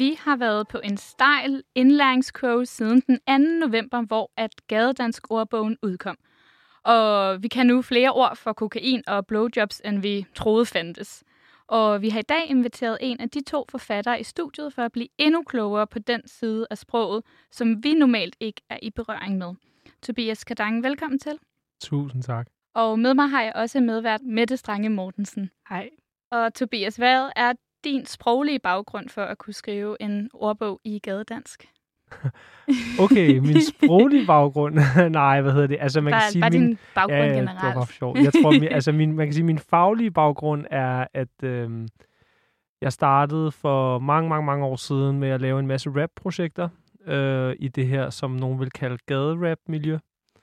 Vi har været på en stejl indlæringskurve siden den 2. november, hvor at Gadedansk ordbogen udkom. Og vi kan nu flere ord for kokain og blowjobs, end vi troede fandtes. Og vi har i dag inviteret en af de 2 forfattere i studiet for at blive endnu klogere på den side af sproget, som vi normalt ikke er i berøring med. Tobias Kadange, velkommen til. Tusind tak. Og med mig har jeg også medvært Mette Strange Mortensen. Hej. Og Tobias, hvad er din sproglige baggrund for at kunne skrive en ordbog i gadedansk? Okay, min sproglige baggrund. Nej, hvad hedder det? Altså man kan sige bare din baggrund generelt. Det var bare for sjovt. Jeg tror man kan sige min faglige baggrund er at jeg startede for mange år siden med at lave en masse rap-projekter i det her, som nogen vil kalde gaderap-miljø.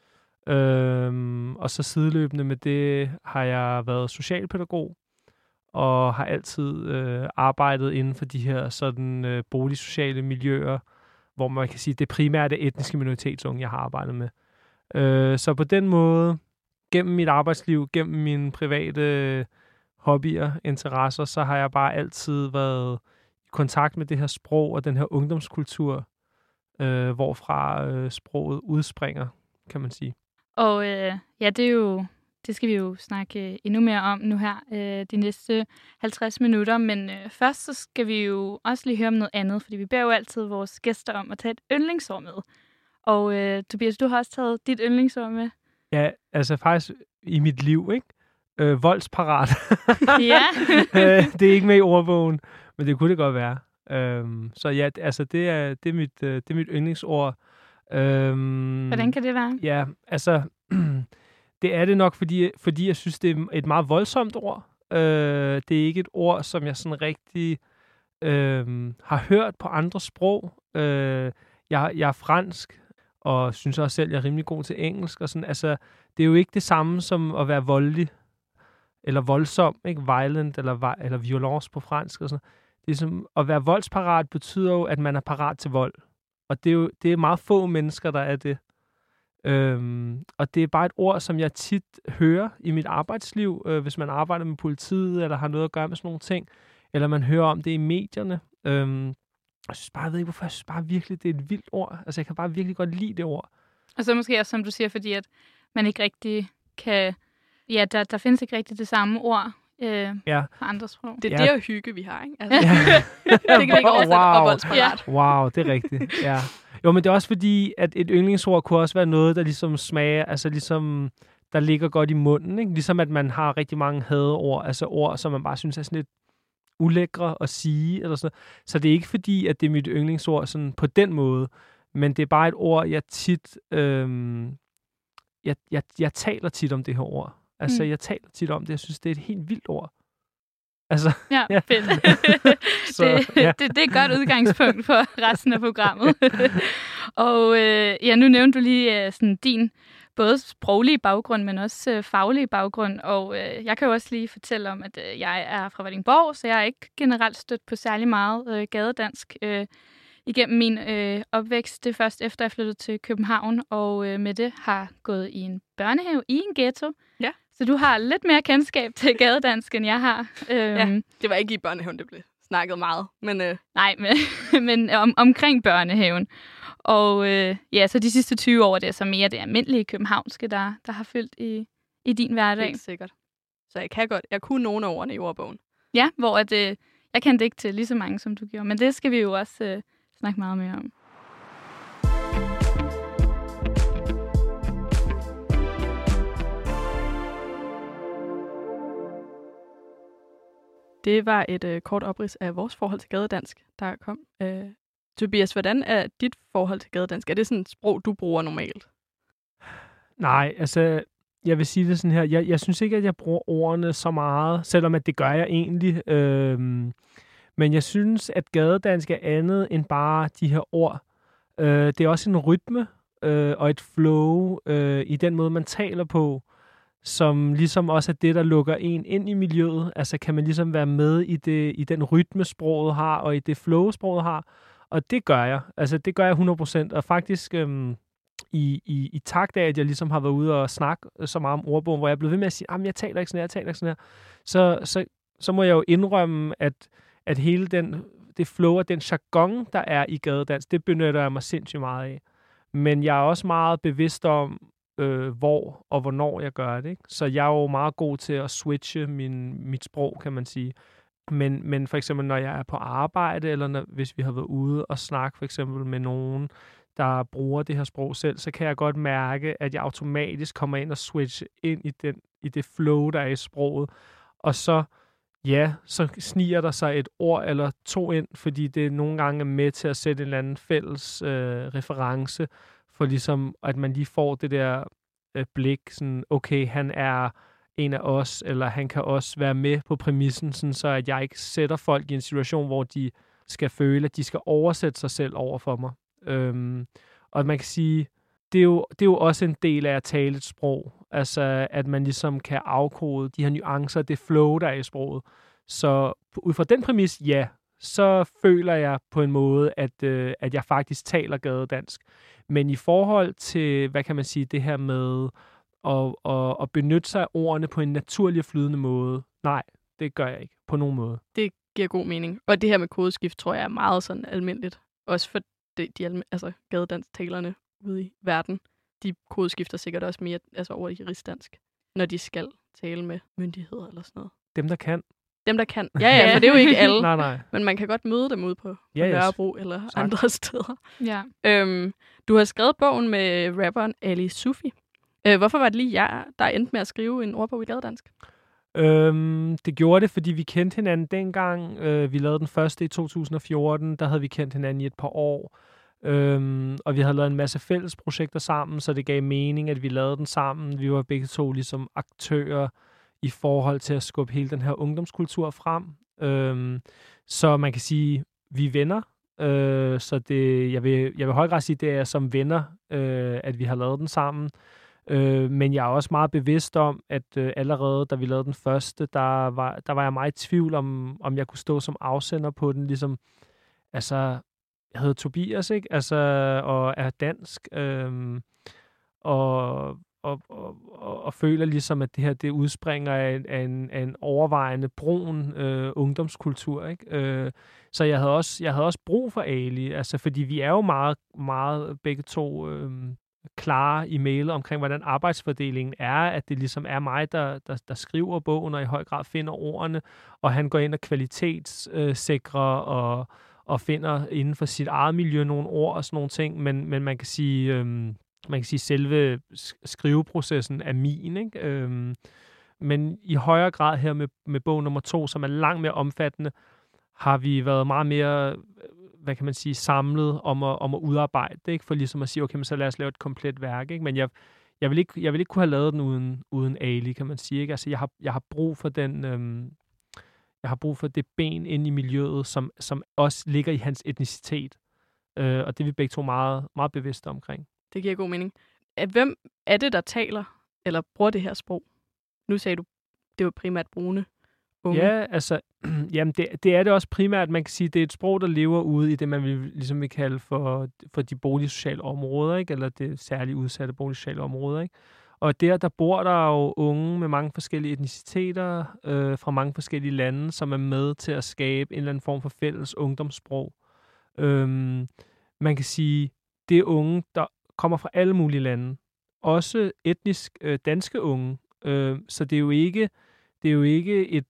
Og så sideløbende med det har jeg været socialpædagog og har altid arbejdet inden for de her sådan boligsociale miljøer, hvor man kan sige, det primært er etniske minoritetsunge, jeg har arbejdet med. Så på den måde, gennem mit arbejdsliv, gennem mine private hobbyer, interesser, så har jeg bare altid været i kontakt med det her sprog og den her ungdomskultur, hvorfra sproget udspringer, kan man sige. Og det skal vi jo snakke endnu mere om nu her de næste 50 minutter. Men først så skal vi jo også lige høre om noget andet, fordi vi beder jo altid vores gæster om at tage et yndlingsord med. Og Tobias, du har også taget dit yndlingsord med. Ja, altså faktisk i mit liv, ikke? Voldsparat. Ja. Det er ikke med i ordbogen, men det kunne det godt være. Så ja, altså det er mit yndlingsord. Hvordan kan det være? Ja, altså det er det nok, fordi jeg synes, det er et meget voldsomt ord. Det er ikke et ord, som jeg sådan rigtig har hørt på andre sprog. Jeg er fransk, og synes også selv, jeg er rimelig god til engelsk. Og sådan. Altså, det er jo ikke det samme som at være voldelig, eller voldsom, ikke? Violent, eller violence på fransk. Og sådan. Det er som, at være voldsparat betyder jo, at man er parat til vold. Og det er meget få mennesker, der er det. Og det er bare et ord, som jeg tit hører i mit arbejdsliv, hvis man arbejder med politiet, eller har noget at gøre med sådan nogle ting, eller man hører om det i medierne. Jeg synes bare, jeg ved ikke hvorfor, jeg synes bare virkelig, det er et vildt ord. Altså jeg kan bare virkelig godt lide det ord. Og så måske også, som du siger, fordi at man ikke rigtig kan... Ja, der findes ikke rigtig det samme ord på andre sprog. Det er det og hygge, vi har, ikke? Altså, det kan vi ikke oversætte og voldsparat. Wow, det er rigtigt, ja. Jo, men det er også fordi, at et yndlingsord kunne også være noget, der ligesom smager, altså ligesom, der ligger godt i munden, ikke? Ligesom at man har rigtig mange hadeord, altså ord, som man bare synes er sådan lidt ulækre at sige, eller sådan. Så det er ikke fordi, at det er mit yndlingsord sådan på den måde, men det er bare et ord, jeg tit, jeg taler tit om det her ord. Altså, jeg taler tit om det, jeg synes, det er et helt vildt ord. Altså, ja, fedt. Det er et godt udgangspunkt for resten af programmet. Og nu nævnte du lige sådan din både sproglige baggrund, men også faglige baggrund. Og jeg kan jo også lige fortælle om, at jeg er fra Vordingborg, så jeg er ikke generelt stødt på særlig meget gadedansk igennem min opvækst. Det er først efter, jeg flyttede til København, og med det har gået i en børnehave i en ghetto. Ja. Så du har lidt mere kendskab til gadedansk, end jeg har. Ja, det var ikke i børnehaven, det blev snakket meget. Men, Nej, men omkring børnehaven. Og så de sidste 20 år, det er så mere det almindelige københavnske, der har fyldt i din hverdag. Helt sikkert. Så jeg kunne nogle af ordene i ordbogen. Ja, hvor jeg kendte ikke til lige så mange, som du gjorde. Men det skal vi jo også snakke meget mere om. Det var et kort oprids af vores forhold til gadedansk, der kom. Tobias, hvordan er dit forhold til gadedansk? Er det sådan et sprog, du bruger normalt? Nej, altså, jeg vil sige det sådan her. Jeg synes ikke, at jeg bruger ordene så meget, selvom at det gør jeg egentlig. Men jeg synes, at gadedansk er andet end bare de her ord. Det er også en rytme og et flow i den måde, man taler på, som ligesom også er det, der lukker en ind i miljøet. Altså kan man ligesom være med i den rytme, sproget har, og i det flow, sproget har. Og det gør jeg. Altså det gør jeg 100%. Og faktisk i takt af, at jeg ligesom har været ude og snakke så meget om ordbogen, hvor jeg er blevet ved med at sige, jeg taler ikke sådan her, så må jeg jo indrømme, at hele den det flow og den jargon, der er i gadedans, det benytter jeg mig sindssygt meget af. Men jeg er også meget bevidst om, hvor og hvornår jeg gør det. Ikke? Så jeg er jo meget god til at switche mit sprog, kan man sige. Men for eksempel, når jeg er på arbejde, eller hvis vi har været ude og snakke for eksempel med nogen, der bruger det her sprog selv, så kan jeg godt mærke, at jeg automatisk kommer ind og switcher ind i det flow, der er i sproget. Og så sniger der sig et ord eller to ind, fordi det nogle gange er med til at sætte en eller anden fælles reference, for ligesom, at man lige får det der blik, sådan, okay, han er en af os, eller han kan også være med på præmissen, sådan, så at jeg ikke sætter folk i en situation, hvor de skal føle, at de skal oversætte sig selv over for mig. Og man kan sige, det er jo også en del af at tale et sprog. Altså, at man ligesom kan afkode de her nuancer, det flow, der er i sproget. Så ud fra den præmis, så føler jeg på en måde, at jeg faktisk taler gadedansk. Men i forhold til, hvad kan man sige, det her med at benytte sig af ordene på en naturlig og flydende måde, nej, det gør jeg ikke på nogen måde. Det giver god mening. Og det her med kodeskift, tror jeg er meget sådan almindeligt. Også for gadedanstalerne ude i verden, de kodeskifter sikkert også mere over i rigsdansk, når de skal tale med myndigheder eller sådan noget. Dem, der kan. Dem, der kan. Ja, for det er jo ikke alle. Nej. Men man kan godt møde dem ude på Nørrebro eller andre steder. Ja. Du har skrevet bogen med rapperen Ali Sufi. Hvorfor var det lige jer, der endte med at skrive en ordbog i gadedansk? Det gjorde det, fordi vi kendte hinanden dengang. Vi lavede den første i 2014. Der havde vi kendt hinanden i et par år. Og vi havde lavet en masse fælles projekter sammen, så det gav mening, at vi lavede den sammen. Vi var begge to ligesom aktører i forhold til at skubbe hele den her ungdomskultur frem. Så man kan sige, vi er venner. Så jeg vil høj grad sige, det er som venner, at vi har lavet den sammen. Men jeg er også meget bevidst om, at allerede da vi lavede den første, der var jeg meget i tvivl om jeg kunne stå som afsender på den. Ligesom, altså, jeg hedder Tobias, ikke? Altså, og er dansk, og føler ligesom, at det her, det udspringer af en overvejende brun ungdomskultur, ikke? Så jeg havde også brug for Ali, altså, fordi vi er jo meget, meget begge to klare i mailet omkring, hvordan arbejdsfordelingen er, at det ligesom er mig, der skriver bogen, og i høj grad finder ordene, og han går ind og kvalitetssikrer og finder inden for sit eget miljø nogle ord og sådan nogle ting, men man kan sige, selve skriveprocessen er min, ikke? Men i højere grad her med bog nummer 2, som er langt mere omfattende, har vi været meget mere, hvad kan man sige, samlet om at udarbejde det, ikke? For ligesom at sige, okay, men så lad os lave et komplet værk, ikke? Men jeg vil ikke kunne have lavet den uden Ali, kan man sige, ikke? Altså, jeg har brug for den, jeg har brug for det ben inde i miljøet, som også ligger i hans etnicitet. Og det er vi begge to meget, meget bevidste omkring. Det giver god mening. Hvem er det, der taler eller bruger det her sprog? Nu sagde du, det var primært brune unge. Ja, altså, jamen det er det også primært. Man kan sige, det er et sprog, der lever ude i det, man ligesom vil kalde for de boligsociale områder, ikke? Eller det særligt udsatte boligsociale områder, ikke? Og der bor der jo unge med mange forskellige etniciteter fra mange forskellige lande, som er med til at skabe en eller anden form for fælles ungdomssprog. Man kan sige, det er unge, der kommer fra alle mulige lande. Også etnisk danske unge. Så det er jo ikke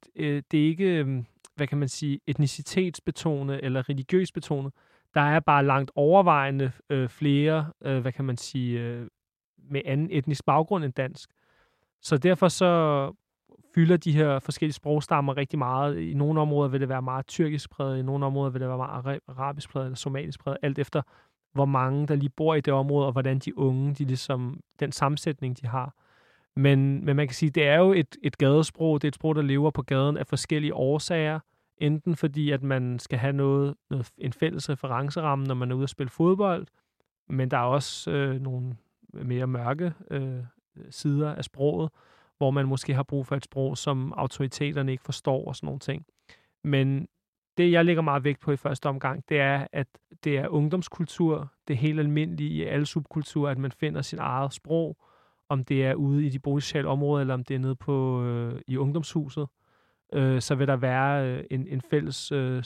hvad kan man sige, etnicitetsbetonet eller religiøsbetonet. Der er bare langt overvejende flere, hvad kan man sige, med anden etnisk baggrund end dansk. Så derfor så fylder de her forskellige sprogstammer rigtig meget. I nogle områder vil det være meget tyrkisk præget, i nogle områder vil det være meget arabisk præget eller somalisk præget, alt efter hvor mange der lige bor i det område, og hvordan de unge, de ligesom, den sammensætning, de har. Men man kan sige, det er jo et gadesprog, det er et sprog, der lever på gaden af forskellige årsager, enten fordi, at man skal have en fælles referenceramme, når man er ude at spille fodbold, men der er også nogle mere mørke sider af sproget, hvor man måske har brug for et sprog, som autoriteterne ikke forstår og sådan nogle ting. Men det, jeg lægger meget vægt på i første omgang, det er, at det er ungdomskultur, det er helt almindeligt i alle subkulturer, at man finder sit eget sprog, om det er ude i de boligsociale områder, eller om det er nede på i ungdomshuset, så vil der være en fælles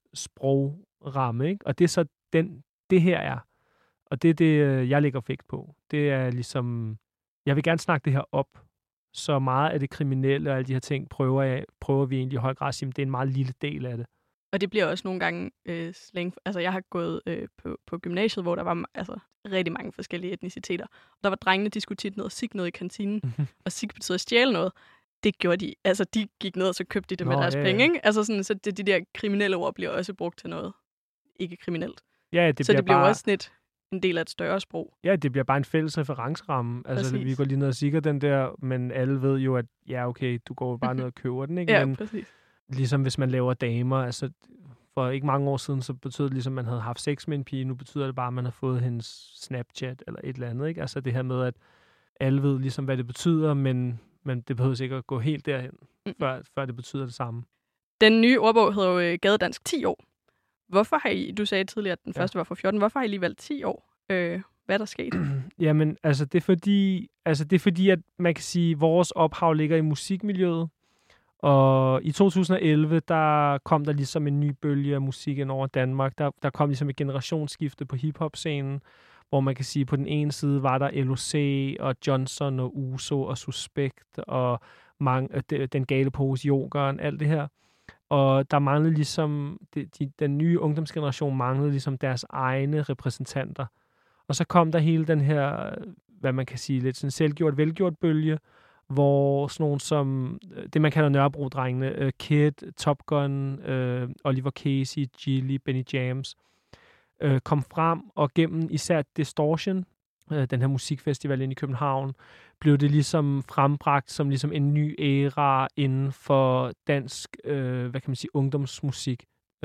sprogramme, ikke? Og det er så det her er. Og det er det, jeg lægger vægt på. Det er ligesom, jeg vil gerne snakke det her op. Så meget af det kriminelle og alle de her ting prøver vi egentlig i høj grad at sige, at det er en meget lille del af det. Og det bliver også nogle gange slang. Altså, jeg har gået på gymnasiet, hvor der var rigtig mange forskellige etniciteter. Og der var drengene, de skulle tit ned og sigge noget i kantinen. Og sigge betyder at stjæle noget. Det gjorde de. Altså, de gik ned, og så købte de det med deres penge, ikke? Altså, sådan, så de der kriminelle ord bliver også brugt til noget ikke kriminelt. Ja, så det bliver også lidt en del af et større sprog. Ja, det bliver bare en fælles referenceramme. Altså, vi går lige ned og sigger den der, men alle ved jo, at ja, okay, du går bare ned og køber den, ikke? Ja, men, præcis. Ligesom hvis man laver damer, altså for ikke mange år siden, så betød det ligesom, at man havde haft sex med en pige. Nu betyder det bare, at man har fået hendes Snapchat eller et eller andet, ikke? Altså det her med, at alle ved ligesom, hvad det betyder, men det behøver ikke at gå helt derhen, før det betyder det samme. Den nye ordbog hedder jo Gadedansk 10 år. Hvorfor har I, du sagde tidligere, at den første var for 14, hvorfor har I lige valgt 10 år? Hvad er der sket? Jamen, altså det er fordi, at man kan sige, at vores ophav ligger i musikmiljøet. Og i 2011, der kom der ligesom en ny bølge af musik ind over Danmark. Der kom ligesom et generationsskifte på hiphop-scenen, hvor man kan sige, at på den ene side var der LOC og Johnson og Uso og Suspekt og Den Gale Pose, Jokeren, alt det her. Og der manglede ligesom, den nye ungdomsgeneration manglede ligesom deres egne repræsentanter. Og så kom der hele den her, hvad man kan sige, lidt sådan selvgjort, velgjort bølge, hvor sådan nogle som, det man kalder Nørrebro-drengene, Kid, Top Gun, Oliver Casey, Gilly, Benny James, kom frem, og gennem især Distortion, den her musikfestival inde i København, blev det ligesom frembragt som ligesom en ny æra inden for dansk, hvad kan man sige, ungdomsmusik.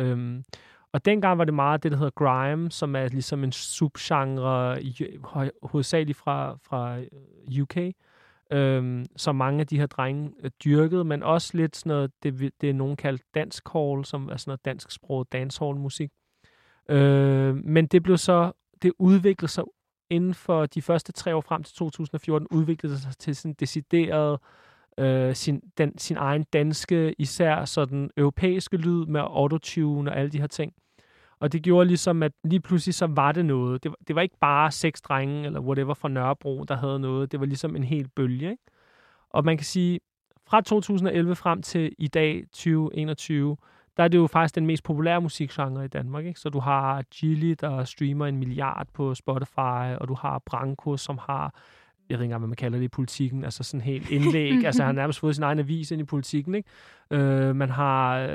Og dengang var det meget det, der hedder grime, som er ligesom en subgenre, hovedsageligt fra UK, som mange af de her drenge dyrkede, men også lidt sådan noget, det er nogen kaldt dancehall, som er sådan noget dansksproget dancehall-musik. Men det udviklede sig inden for de første 3 år frem til 2014, udviklede sig til sådan decideret sin egen danske, især sådan europæiske lyd med autotune og alle de her ting. Og det gjorde ligesom, at lige pludselig så var det noget. Det var ikke bare 6 drenge eller whatever fra Nørrebro, der havde noget. Det var ligesom en hel bølge, ikke? Og man kan sige, fra 2011 frem til i dag, 2021, der er det jo faktisk den mest populære musikgenre i Danmark, ikke? Så du har Gilly, der streamer 1 milliard på Spotify, og du har Branko, som har, jeg ved ikke engang, hvad man kalder det i politikken, altså sådan helt indlæg, altså han har nærmest fået sin egen avis ind i politikken, ikke? Man har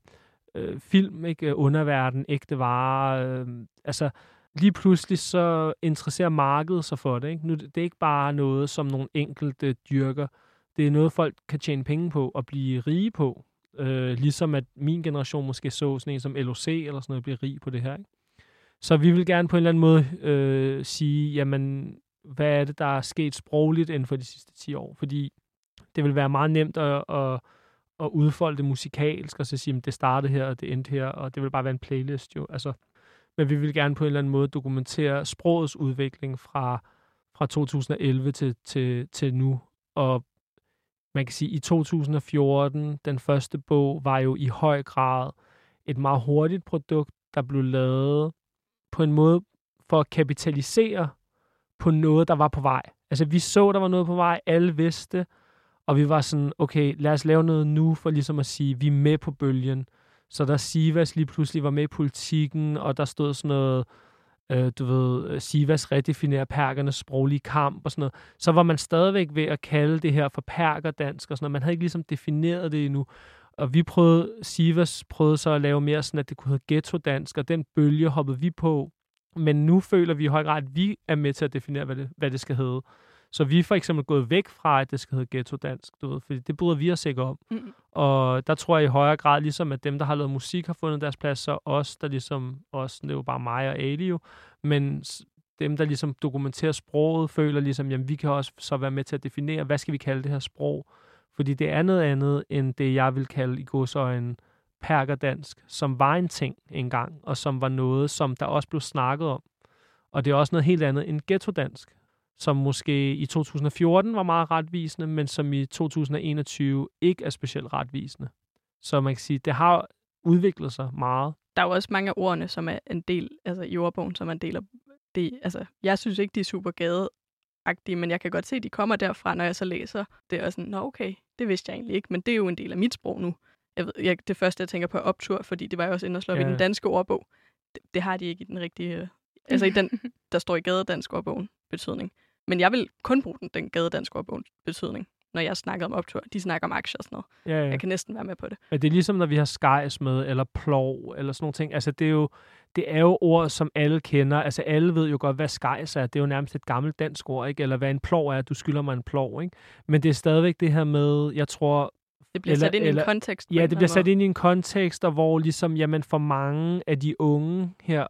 film, ikke? Underverden, ægte varer, altså lige pludselig så interesserer markedet sig for det, ikke? Nu, det er ikke bare noget, som nogle enkelte dyrker, det er noget, folk kan tjene penge på og blive rige på. Ligesom at min generation måske så sådan en som LOC eller sådan noget blive rig på det her, ikke? Så vi vil gerne på en eller anden måde sige, jamen, hvad er det, der er sket sprogligt inden for de sidste 10 år? Fordi det vil være meget nemt at udfolde det musikalsk, og så sige, at det startede her, og det endte her, og det vil bare være en playlist jo. Altså, men vi vil gerne på en eller anden måde dokumentere sprogets udvikling fra 2011 til nu, og man kan sige, at i 2014, den første bog, var jo i høj grad et meget hurtigt produkt, der blev lavet på en måde for at kapitalisere på noget, der var på vej. Altså, vi så, der var noget på vej, alle vidste, og vi var sådan, okay, lad os lave noget nu, for ligesom at sige, vi er med på bølgen. Så der Sivas lige pludselig var med i politikken, og der stod sådan noget, Sivas redefinerer perkernes sproglige kamp og sådan noget, så var man stadigvæk ved at kalde det her for perkerdansk og sådan noget. Man havde ikke ligesom defineret det endnu. Og Sivas prøvede så at lave mere sådan, at det kunne hedde ghetto-dansk, og den bølge hoppede vi på. Men nu føler vi i høj grad, at vi er med til at definere, hvad det skal hedde. Så vi er for eksempel gået væk fra, at det skal hedde ghetto-dansk, fordi det bryder vi os ikke om. Og der tror jeg i højere grad, ligesom at dem, der har lavet musik, har fundet deres plads, så os, der ligesom, det er jo bare mig og Ali jo, men dem, der ligesom dokumenterer sproget, føler ligesom, jamen vi kan også så være med til at definere, hvad skal vi kalde det her sprog? Fordi det er noget andet, end det, jeg vil kalde i godsøjne perkerdansk, som var en ting engang, og som var noget, som der også blev snakket om. Og det er også noget helt andet end ghetto-dansk, som måske i 2014 var meget retvisende, men som i 2021 ikke er specielt retvisende. Så man kan sige, det har udviklet sig meget. der er jo også mange af ordene, som er en del, altså i ordbogen, som er en del af det. Altså, jeg synes ikke, de er super gadeagtige, men jeg kan godt se, at de kommer derfra, når jeg så læser. Det er også sådan, okay, det vidste jeg egentlig ikke, men det er jo en del af mit sprog nu. Det første, jeg tænker på er optur, fordi det var jo også inde og slå i den danske ordbog. Det har de ikke i den rigtige... altså i den, der står i gadedansk ordbogen betydning. Men jeg vil kun bruge den gadedansk ordbogen betydning, når jeg snakker om optur. De snakker om aktier og sådan noget. Ja. Jeg kan næsten være med på det. Men det er ligesom, når vi har skejs med, eller plov, eller sådan nogle ting. Altså, det er jo ord, som alle kender. Altså, alle ved jo godt, hvad skejs er. Det er jo nærmest et gammelt dansk ord, ikke? Eller hvad en plov er. Du skylder mig en plov, ikke? Men det er stadigvæk det her med, jeg tror... Det bliver sat ind i en kontekst. Ja, det bliver sat ind i en kontekst, og hvor ligesom, jamen, for mange af de unge her,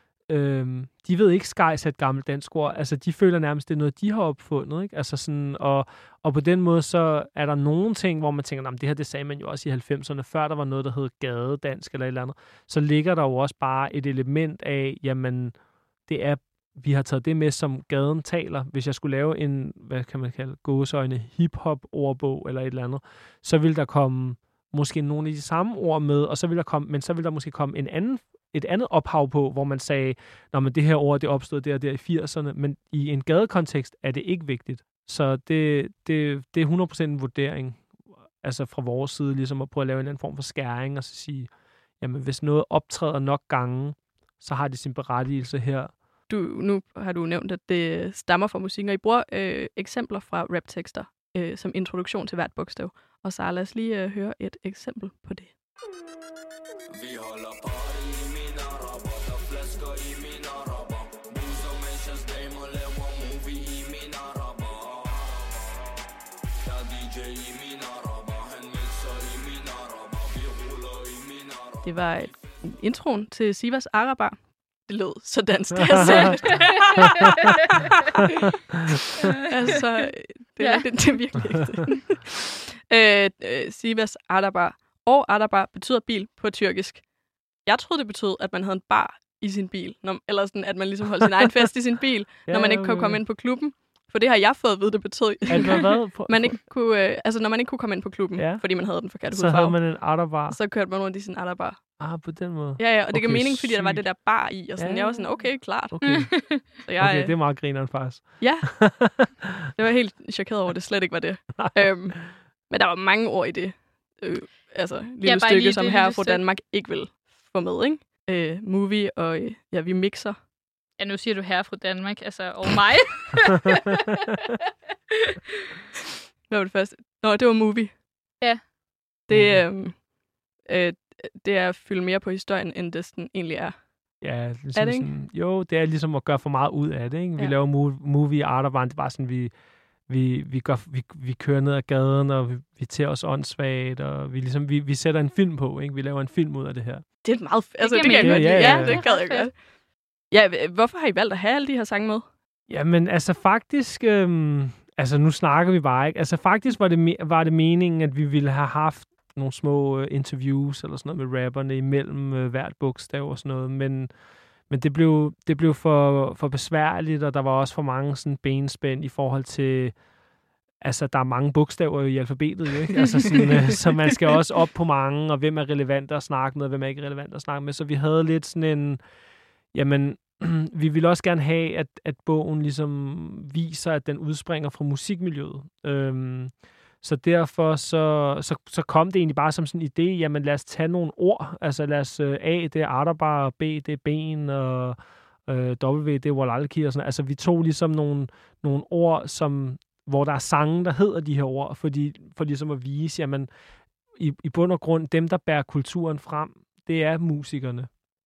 de ved ikke, skejs er et gammelt dansk ord. Altså, de føler nærmest, det er noget, de har opfundet, ikke? Altså sådan, og på den måde, så er der nogle ting, hvor man tænker, det her, det sagde man jo også i 90'erne, før der var noget, der hed gadedansk eller et eller andet. Så ligger der jo også bare et element af, jamen, det er, vi har taget det med, som gaden taler. Hvis jeg skulle lave en, hvad kan man kalde, gåseøjne, hip-hop-ordbog eller et eller andet, så vil der komme måske nogle af de samme ord med, og så vil der måske komme et andet ophav på, hvor man sagde, men det her ord, det opstod der i 80'erne, men i en gadekontekst er det ikke vigtigt. Så det er 100% en vurdering, altså fra vores side, ligesom at prøve at lave en anden form for skæring, og så sige, jamen hvis noget optræder nok gange, så har det sin berettigelse her. Nu har du nævnt, at det stammer fra musikken, og I bruger eksempler fra raptekster som introduktion til hvert bogstav. Og så lad os lige høre et eksempel på det. Vi holder party i min araber, der flasker i min araber. Buser, mens jeg damer laver movie i min araber. Der er DJ i min araber, han mixer i min araber. Vi ruller i min araber. Det var introen til Sivas Araber. Det lød så dansk, det jeg sagde. Altså, det er virkelig ikke Sivas Araber. Og Araber betyder bil på tyrkisk. Jeg troede, det betød, at man havde en bar i sin bil. Eller sådan, at man ligesom holdt sin egen fest i sin bil, når man ikke kunne komme ind på klubben. For det har jeg fået at vide, det betød. Man ikke kunne, når man ikke kunne komme ind på klubben, fordi man havde den forkerte hudfarve. Så havde man en Araber. Så kørte man rundt i sin Araber. På den måde. Ja, og det gav mening, fordi der var det der bar i. Og sådan, jeg var sådan, okay, klart. Okay, okay, det er meget grineren faktisk. Ja, jeg var helt chokeret over, at det slet ikke var det. Men der var mange ord i det. Lille stykke, som her fra Danmark ikke vil få med, ikke? Movie og vi mixer. Ja, nu siger du herre fra Danmark, og mig. Hvad var det første? Nå, det var movie. Ja. Det er at fylde mere på historien, end det sådan egentlig er. Ja, ligesom er det ikke? Sådan, jo, det er ligesom at gøre for meget ud af det, ikke? Vi laver movie Arterbarn, det er bare sådan, vi kører ned ad gaden, og vi tager os åndssvagt, og vi sætter en film på, ikke? Vi laver en film ud af det her. Det er meget... det kan jeg godt lide. Ja, det gad jeg godt. Ja, hvorfor har I valgt at have alle de her sange med? Jamen, faktisk... nu snakker vi bare, ikke? Altså, faktisk var det meningen, at vi ville have haft nogle små interviews, eller sådan noget med rapperne imellem hvert bogstav og sådan noget, men det blev for besværligt, og der var også for mange sådan benspænd i forhold til, altså der er mange bogstaver i alfabetet, jo, ikke? Altså sådan, så man skal også op på mange, og hvem er relevant at snakke med, og hvem er ikke relevant at snakke med, så vi havde lidt sådan en, jamen, vi ville også gerne have, at bogen ligesom viser, at den udspringer fra musikmiljøet. Så derfor så kom det egentlig bare som sådan en idé, jamen lad os tage nogle ord, altså lad os A, det er Arterbar, B, det er ben, og W, det er Walalki, og sådan. Altså vi tog ligesom nogle ord, hvor der er sange, der hedder de her ord, for ligesom at vise, jamen i bund og grund, dem der bærer kulturen frem, det er musikerne.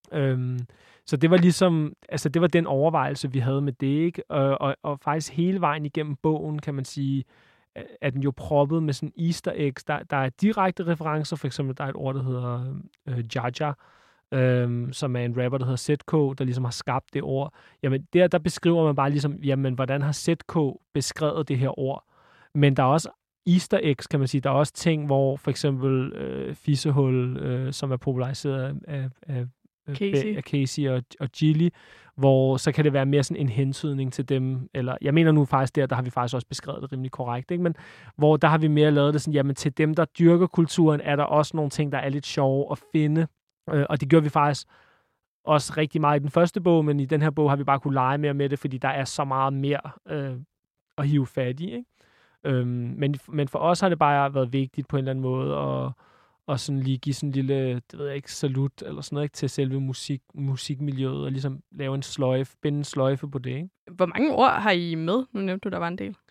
Så det var ligesom, altså det var den overvejelse, vi havde med det, ikke? Og faktisk hele vejen igennem bogen, kan man sige, er den jo proppet med sådan easter eggs. Der er direkte referencer, for eksempel der er et ord, der hedder Jaja, som er en rapper, der hedder ZK, der ligesom har skabt det ord. Jamen der beskriver man bare ligesom, jamen hvordan har ZK beskrevet det her ord? Men der er også easter eggs, kan man sige. Der er også ting, hvor for eksempel Fissehul, som er populariseret af Casey og Gilly, hvor så kan det være mere sådan en hentydning til dem, eller jeg mener nu faktisk der har vi faktisk også beskrevet det rimelig korrekt, ikke? Men hvor der har vi mere lavet det sådan, jamen til dem, der dyrker kulturen, er der også nogle ting, der er lidt sjove at finde Og det gjorde vi faktisk også rigtig meget i den første bog, men i den her bog har vi bare kunne lege mere med det, fordi der er så meget mere at hive fat i, ikke? Men for os har det bare været vigtigt på en eller anden måde at sådan lige give sådan en lille, det ved jeg ikke, salut eller sådan noget, ikke, til selve musikmiljøet, og ligesom lave en sløjfe, binde en sløjfe på det, ikke? Hvor mange ord har I med? Nu nævnte du, der var en del.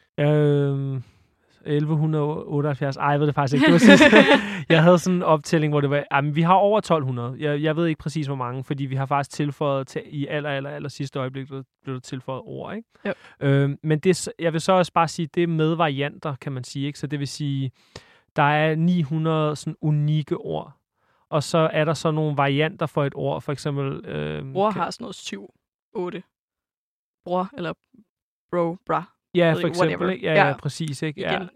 1178. Ej, jeg ved det faktisk ikke. Det var jeg havde sådan en optælling, hvor det var... Jamen, vi har over 1200. Jeg ved ikke præcis, hvor mange, fordi vi har faktisk tilføjet... I aller sidste øjeblik blev der tilføjet ord, ikke? Men det, jeg vil så også bare sige, det er med varianter, kan man sige, ikke? Så det vil sige, der er 900 sådan unikke ord, og så er der så nogle varianter for et ord, for eksempel... Bror har sådan noget 7-8. Bror, eller bro, bra. Ja, for eksempel. Ikke? Ja, præcis. Ikke? Igen,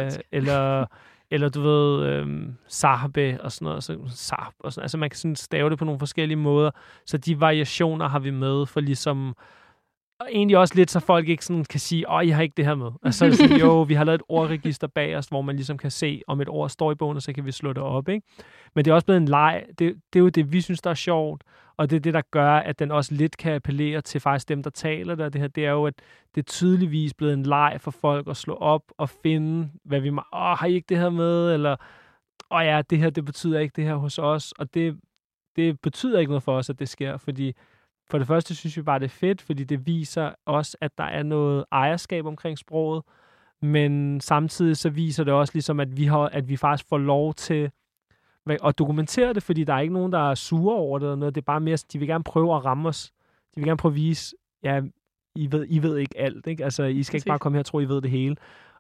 eller du ved, sarbe og sådan noget. Sarb og sådan. Altså man kan sådan stave det på nogle forskellige måder. Så de variationer har vi med for ligesom... Og egentlig også lidt, så folk ikke sådan kan sige, jeg har ikke det her med. Altså sådan, jo, vi har lavet et ordregister bag os, hvor man ligesom kan se, om et ord står i bogen, og så kan vi slå det op, ikke? Men det er også blevet en leg. Det er jo det, vi synes, der er sjovt, og det er det, der gør, at den også lidt kan appellere til faktisk dem, der taler der. Det her, det er jo, at det er tydeligvis blevet en leg for folk at slå op og finde, hvad vi har I ikke det her med? Eller, ja, det her, det betyder ikke det her hos os. Og det betyder ikke noget for os, at det sker, fordi for det første synes vi bare, det er fedt, fordi det viser også, at der er noget ejerskab omkring sproget, men samtidig så viser det også ligesom, at vi faktisk får lov til at dokumentere det, fordi der er ikke nogen, der er sure over det eller noget. Det er bare mere, de vil gerne prøve at ramme os. De vil gerne prøve at vise, ja, I ved ikke alt, ikke? Altså, I skal ikke bare komme her og tro, I ved det hele.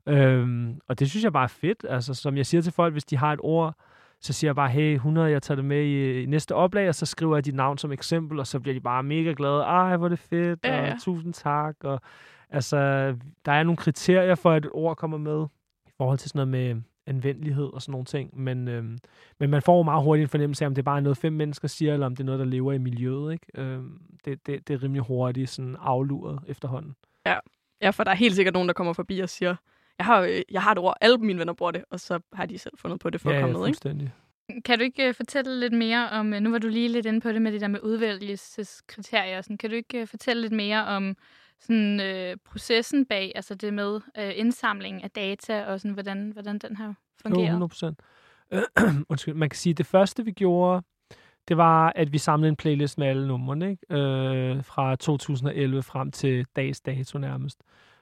Og det synes jeg bare er fedt. Altså, som jeg siger til folk, hvis de har et ord, så siger jeg bare, hey, 100, jeg tager det med i næste oplag, og så skriver jeg dit navn som eksempel, og så bliver de bare mega glade. Ej, hvor er det fedt, og tusind tak. Og, altså, der er nogle kriterier for, at et ord kommer med, i forhold til sådan noget med anvendelighed og sådan nogle ting. Men man får jo meget hurtigt en fornemmelse af, om det er bare noget, 5 mennesker siger, eller om det er noget, der lever i miljøet, ikke? Det er rimelig hurtigt sådan afluret efterhånden. Ja, for der er helt sikkert nogen, der kommer forbi og siger, jeg har et ord, alle mine venner bruger det, og så har de selv fundet på det for at komme med, fuldstændig. Ikke? Kan du ikke fortælle lidt mere om, nu var du lige lidt inde på det med det der med udvælgelseskriterier, sådan, kan du ikke fortælle lidt mere om sådan, processen bag, altså det med indsamling af data, og sådan, hvordan den her fungerer? 100%. Undskyld, man kan sige, at det første, vi gjorde, det var, at vi samlede en playlist med alle numrene, ikke? Fra 2011 frem til dags dato nærmest.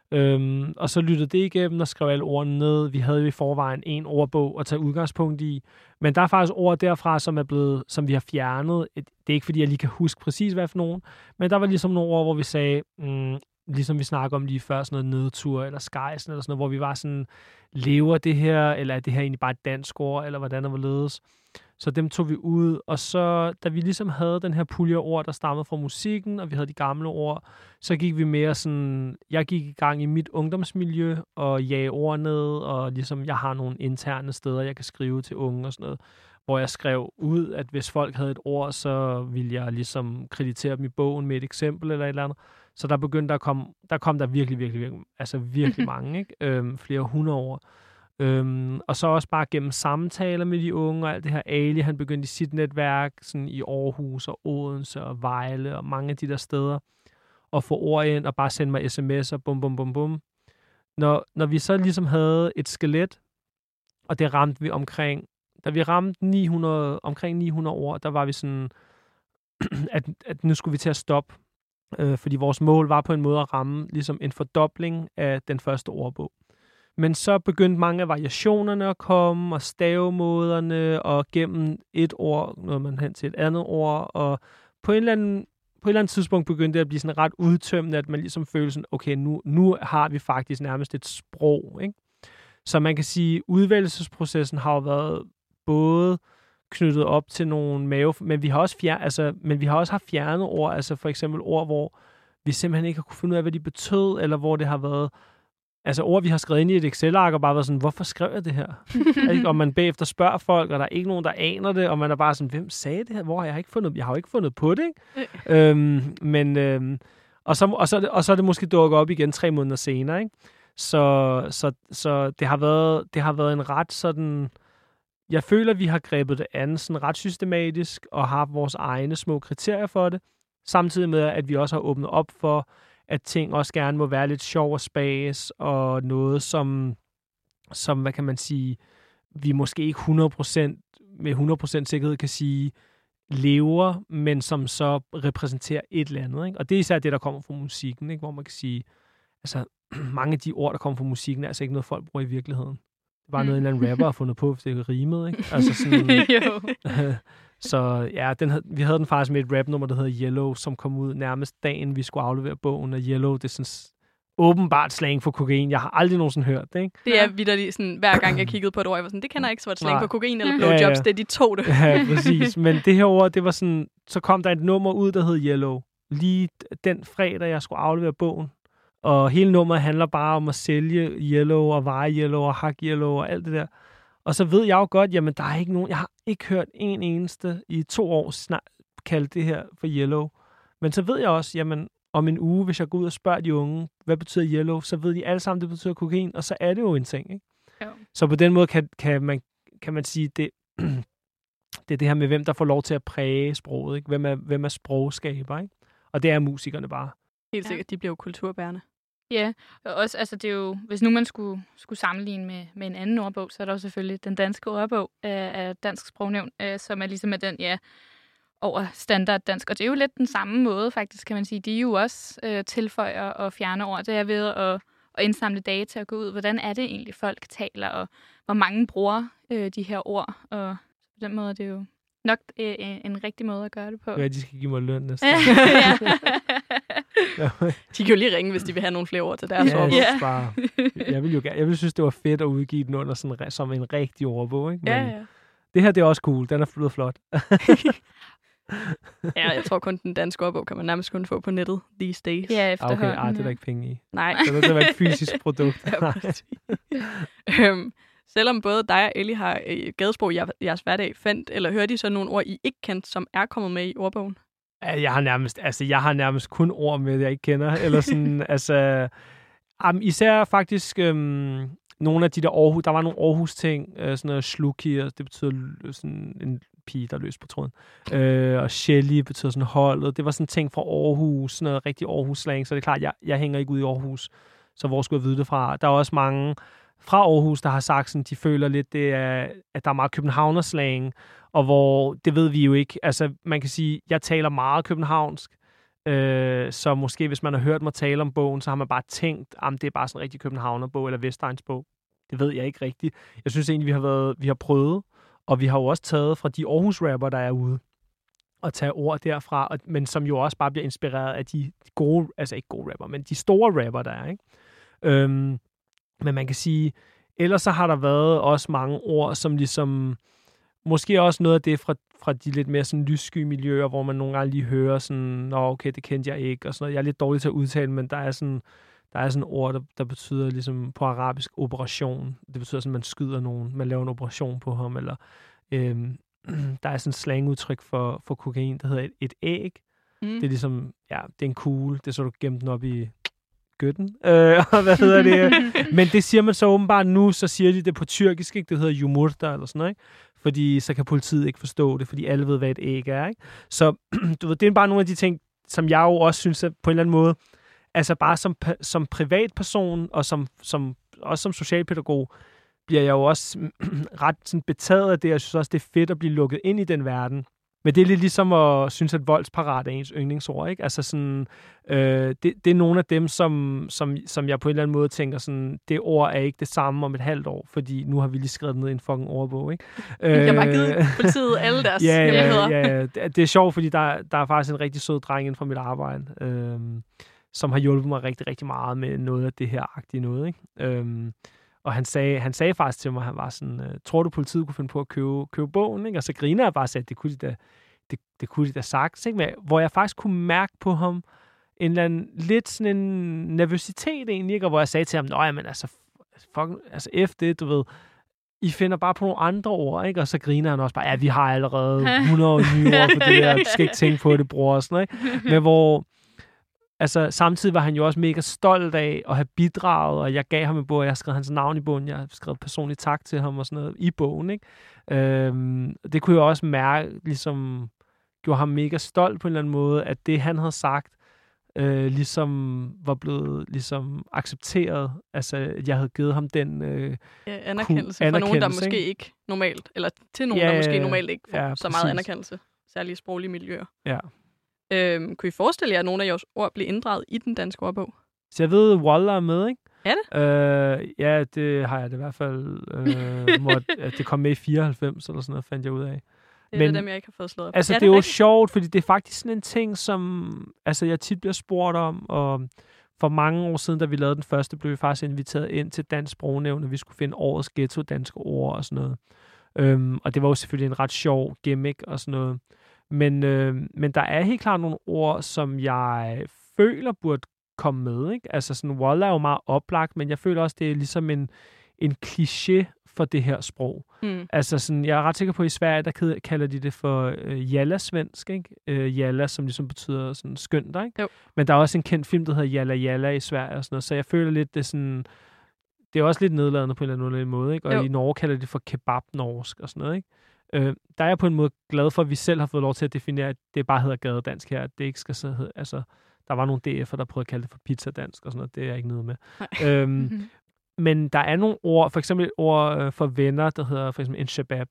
Og så lyttede det igennem og skrev alle ordene ned. Vi havde jo i forvejen en ordbog at tage udgangspunkt i. Men der er faktisk ord derfra, som vi har fjernet. Det er ikke, fordi jeg lige kan huske præcis, hvad for nogen. Men der var ligesom nogle ord, hvor vi sagde, ligesom vi snakker om lige før, sådan noget nedtur eller skejsen, eller sådan noget, hvor vi var sådan, lever det her, eller er det her egentlig bare et dansk ord, eller hvordan det var ledes. Så dem tog vi ud, og så, da vi ligesom havde den her pulje ord, der stammede fra musikken, og vi havde de gamle ord, så gik vi mere sådan, jeg gik i gang i mit ungdomsmiljø, og jage ord ned, og ligesom, jeg har nogle interne steder, jeg kan skrive til unge og sådan noget, hvor jeg skrev ud, at hvis folk havde et ord, så ville jeg ligesom kreditere dem i bogen med et eksempel eller et eller andet. Så der begyndte der kom der virkelig mange, ikke? Flere 100 ord. Og så også bare gennem samtaler med de unge, og alt det her. Ali, han begyndte i sit netværk sådan i Aarhus og Odense og Vejle og mange af de der steder, og få ord ind og bare sende mig sms'er, bum, bum, bum, bum. Når vi så ligesom havde et skelet, og det ramte vi da vi ramte omkring 900 ord, der var vi sådan, at nu skulle vi til at stoppe, fordi vores mål var på en måde at ramme ligesom en fordobling af den første ordbog. Men så begyndte mange af variationerne at komme, og stavemåderne, og gennem et ord nåede man hen til et andet ord, og på et eller andet tidspunkt begyndte det at blive sådan ret udtømmende, at man ligesom følte sådan, okay, nu har vi faktisk nærmest et sprog, ikke? Så man kan sige, at udvælgelsesprocessen har jo været både knyttet op til nogle men vi har også haft fjernet ord, altså for eksempel ord, hvor vi simpelthen ikke har kunne finde ud af, hvad de betød, eller hvor det har været ord, vi har skrevet ind i et Excel-ark, og bare været sådan, hvorfor skrev jeg det her? Og man bagefter spørger folk, og der er ikke nogen, der aner det, og man er bare sådan, hvem sagde det her? Jeg har jo ikke fundet på det, ikke? Og så er det måske dukket op igen 3 måneder senere, ikke? Så det har været en ret sådan jeg føler, at vi har grebet det an sådan ret systematisk og har vores egne små kriterier for det. Samtidig med, at vi også har åbnet op for, at ting også gerne må være lidt sjov og spas, og noget, som hvad kan man sige, vi måske ikke 100% med 100% sikkerhed kan sige, lever, men som så repræsenterer et eller andet. Ikke? Og det er især det, der kommer fra musikken, ikke? Hvor man kan sige, altså mange af de ord, der kommer fra musikken, er altså ikke noget, folk bruger i virkeligheden. Det er bare noget, en eller anden rapper har fundet på, hvis det er rimet, ikke? Altså sådan, så ja, vi havde den faktisk med et rapnummer, der hedder Yellow, som kom ud nærmest dagen, vi skulle aflevere bogen, og Yellow, det er sådan åbenbart slang for kokain. Jeg har aldrig nogensinde hørt det, ikke? Det er vitterligt sådan, hver gang jeg kiggede på et ord, jeg var sådan, det kender jeg ikke så et slang for kokain eller blowjobs, det er de to, det. Ja, præcis. Men det her ord, det var sådan, så kom der et nummer ud, der hed Yellow. Lige den fredag, jeg skulle aflevere bogen. Og hele nummeret handler bare om at sælge Yellow og veje Yellow og hack Yellow og alt det der. Og så ved jeg jo godt, jamen der er ikke nogen, jeg har ikke hørt en eneste i 2 år kalde det her for Yellow. Men så ved jeg også, jamen om en uge, hvis jeg går ud og spørger de unge, hvad betyder Yellow, så ved de alle sammen, det betyder kokain, og så er det jo en ting, ikke? Jo. Så på den måde kan man sige, det er det her med, hvem der får lov til at præge sproget, ikke? Hvem er sprogskaber, ikke? Og det er musikerne bare. Helt sikkert, de bliver jo kulturbærende. Ja, og også, altså det er jo, hvis nu man skulle sammenligne med en anden ordbog, så er der jo selvfølgelig den danske ordbog af Dansk Sprognævn, som er ligesom den, over standard dansk. Og det er jo lidt den samme måde, faktisk, kan man sige. De er jo også tilføjer og fjerner ord. Det er ved at indsamle data og gå ud. Hvordan er det egentlig, folk taler, og hvor mange bruger de her ord. Og på den måde er det jo nok en rigtig måde at gøre det på. Ja, de skal give mig løn næste De kan jo lige ringe, hvis de vil have nogle flere ord til deres ordbog. Jeg ville synes, det var fedt at udgive den under sådan, som en rigtig ordbog. Ikke? Men ja. Det her, det er også cool. Den er blevet flot. Ja, jeg tror kun, den danske ordbog kan man nærmest kun få på nettet these days. Ja, efterhånden. Okay, det er der ikke penge i. Nej. Det er nødt til at være et fysisk produkt. Selvom både dig og Ellie har gadesprog i jeres hverdag, fandt eller hørte I så nogle ord, I ikke kendte, som er kommet med i ordbogen? Jeg har nærmest kun ord med, jeg ikke kender. Eller sådan, især faktisk nogle af de der Aarhus, der var nogle Aarhus-ting, sådan noget sluki, og det betyder sådan en pige, der er løs på tråden. Og Shelly betyder sådan holdet. Det var sådan ting fra Aarhus, sådan noget rigtig Aarhus-slang, så det er klart, jeg hænger ikke ud i Aarhus, så hvor skulle jeg vide det fra? Der er også mange fra Aarhus, der har sagt sådan, de føler lidt, at der er meget københavnerslang, og hvor, det ved vi jo ikke. Altså, man kan sige, jeg taler meget københavnsk, så måske hvis man har hørt mig tale om bogen, så har man bare tænkt, det er bare sådan en rigtig københavnerbog, eller Vestegnsbog. Det ved jeg ikke rigtigt. Jeg synes egentlig, vi har prøvet, og vi har jo også taget fra de Aarhus-rapper, der er ude, og tage ord derfra, men som jo også bare bliver inspireret af de gode, altså ikke gode rapper, men de store rapper, der er, ikke? Men man kan sige, ellers så har der været også mange ord, som ligesom, måske også noget af det fra de lidt mere sådan lyssky miljøer, hvor man nogle gange lige hører sådan, okay, det kendte jeg ikke, og sådan noget. Jeg er lidt dårlig til at udtale, men der er sådan ord, der betyder ligesom på arabisk operation. Det betyder sådan, at man skyder nogen, man laver en operation på ham, eller der er sådan et slangudtryk for kokain, der hedder et æg. Det er ligesom, det er en kugle, det er så du gemte den op i gøtten. Hvad hedder det? Men det siger man så åbenbart nu, så siger de det på tyrkisk, ikke? Det hedder yumurta eller sådan noget, ikke? Fordi så kan politiet ikke forstå det, fordi alle ved, hvad et æg er, ikke? Så du ved, det er bare nogle af de ting, som jeg jo også synes, at på en eller anden måde, altså bare som privatperson, og også som socialpædagog, bliver jeg jo også ret sådan betaget af det. Jeg synes også, det er fedt at blive lukket ind i den verden. Men det er lidt ligesom at synes, at voldsparat er ens yndlingsord, ikke? Altså sådan, det er nogle af dem, som jeg på en eller anden måde tænker sådan, det ord er ikke det samme om et halvt år, fordi nu har vi lige skrevet ned i en fucking ordbog, ikke? Jeg har bare givet politiet alle deres hemmeligheder. Ja. Det er sjovt, fordi der er faktisk en rigtig sød dreng inden for mit arbejde, som har hjulpet mig rigtig, rigtig meget med noget af det her-agtige noget, ikke? Og han sagde faktisk til mig, han var sådan, tror du politiet kunne finde på at købe bogen, ikke? Og så griner jeg bare og sagde, det kunne de da sagtens, ikke? Men, hvor jeg faktisk kunne mærke på ham en eller anden, lidt sådan en nervøsitet egentlig, ikke? Og hvor jeg sagde til ham, men altså F det, du ved, I finder bare på nogle andre ord, ikke? Og så griner han også bare, vi har allerede 100 nye ord for det der, du skal ikke tænke på det, bror, og sådan noget, ikke? Men hvor, Altså, samtidig var han jo også mega stolt af at have bidraget, og jeg gav ham en bog, og jeg har skrevet hans navn i bogen, jeg har skrevet personligt tak til ham og sådan noget i bogen, ikke? Det kunne jeg også mærke, ligesom gjorde ham mega stolt på en eller anden måde, at det, han havde sagt, ligesom var blevet ligesom accepteret. Altså, jeg havde givet ham den anerkendelse for nogen, der måske ikke normalt, eller til nogen, der måske normalt ikke får så meget anerkendelse, særligt i sproglige miljøer. Ja. Kunne I forestille jer, at nogle af jeres ord blev inddraget i den danske ordbog? Så jeg ved, Waller er med, ikke? Er det? Ja, det har jeg det i hvert fald. Det kom med i 94 eller sådan noget, fandt jeg ud af. Det er dem, jeg ikke har fået slået op. Altså, det er jo sjovt, fordi det er faktisk sådan en ting, som jeg tit bliver spurgt om, og for mange år siden, da vi lavede den første, blev vi faktisk inviteret ind til Dansk Sprognævn, og vi skulle finde årets ghetto-danske ord og sådan noget. Og det var jo selvfølgelig en ret sjov gimmick og sådan noget. Men der er helt klart nogle ord, som jeg føler burde komme med, ikke? Altså sådan, Walla er jo meget oplagt, men jeg føler også, det er ligesom en kliché for det her sprog. Altså sådan, jeg er ret sikker på, at i Sverige, der kalder de det for jalla-svensk, ikke? Jalla, som ligesom betyder sådan skønt, ikke? Jo. Men der er også en kendt film, der hedder Jalla Jalla i Sverige og sådan noget, så jeg føler lidt, det er sådan, det er også lidt nedladende på en eller anden måde, ikke? Og i Norge kalder de det for kebab-norsk og sådan noget, ikke? Der er jeg på en måde glad for, at vi selv har fået lov til at definere, at det bare hedder gadedansk her, at det ikke skal hedde, altså, der var nogle DF'er, der prøvede at kalde det for pizzadansk og sådan noget, det er jeg ikke nede med. Men der er nogle ord, for eksempel et ord for venner, der hedder for eksempel en shabab,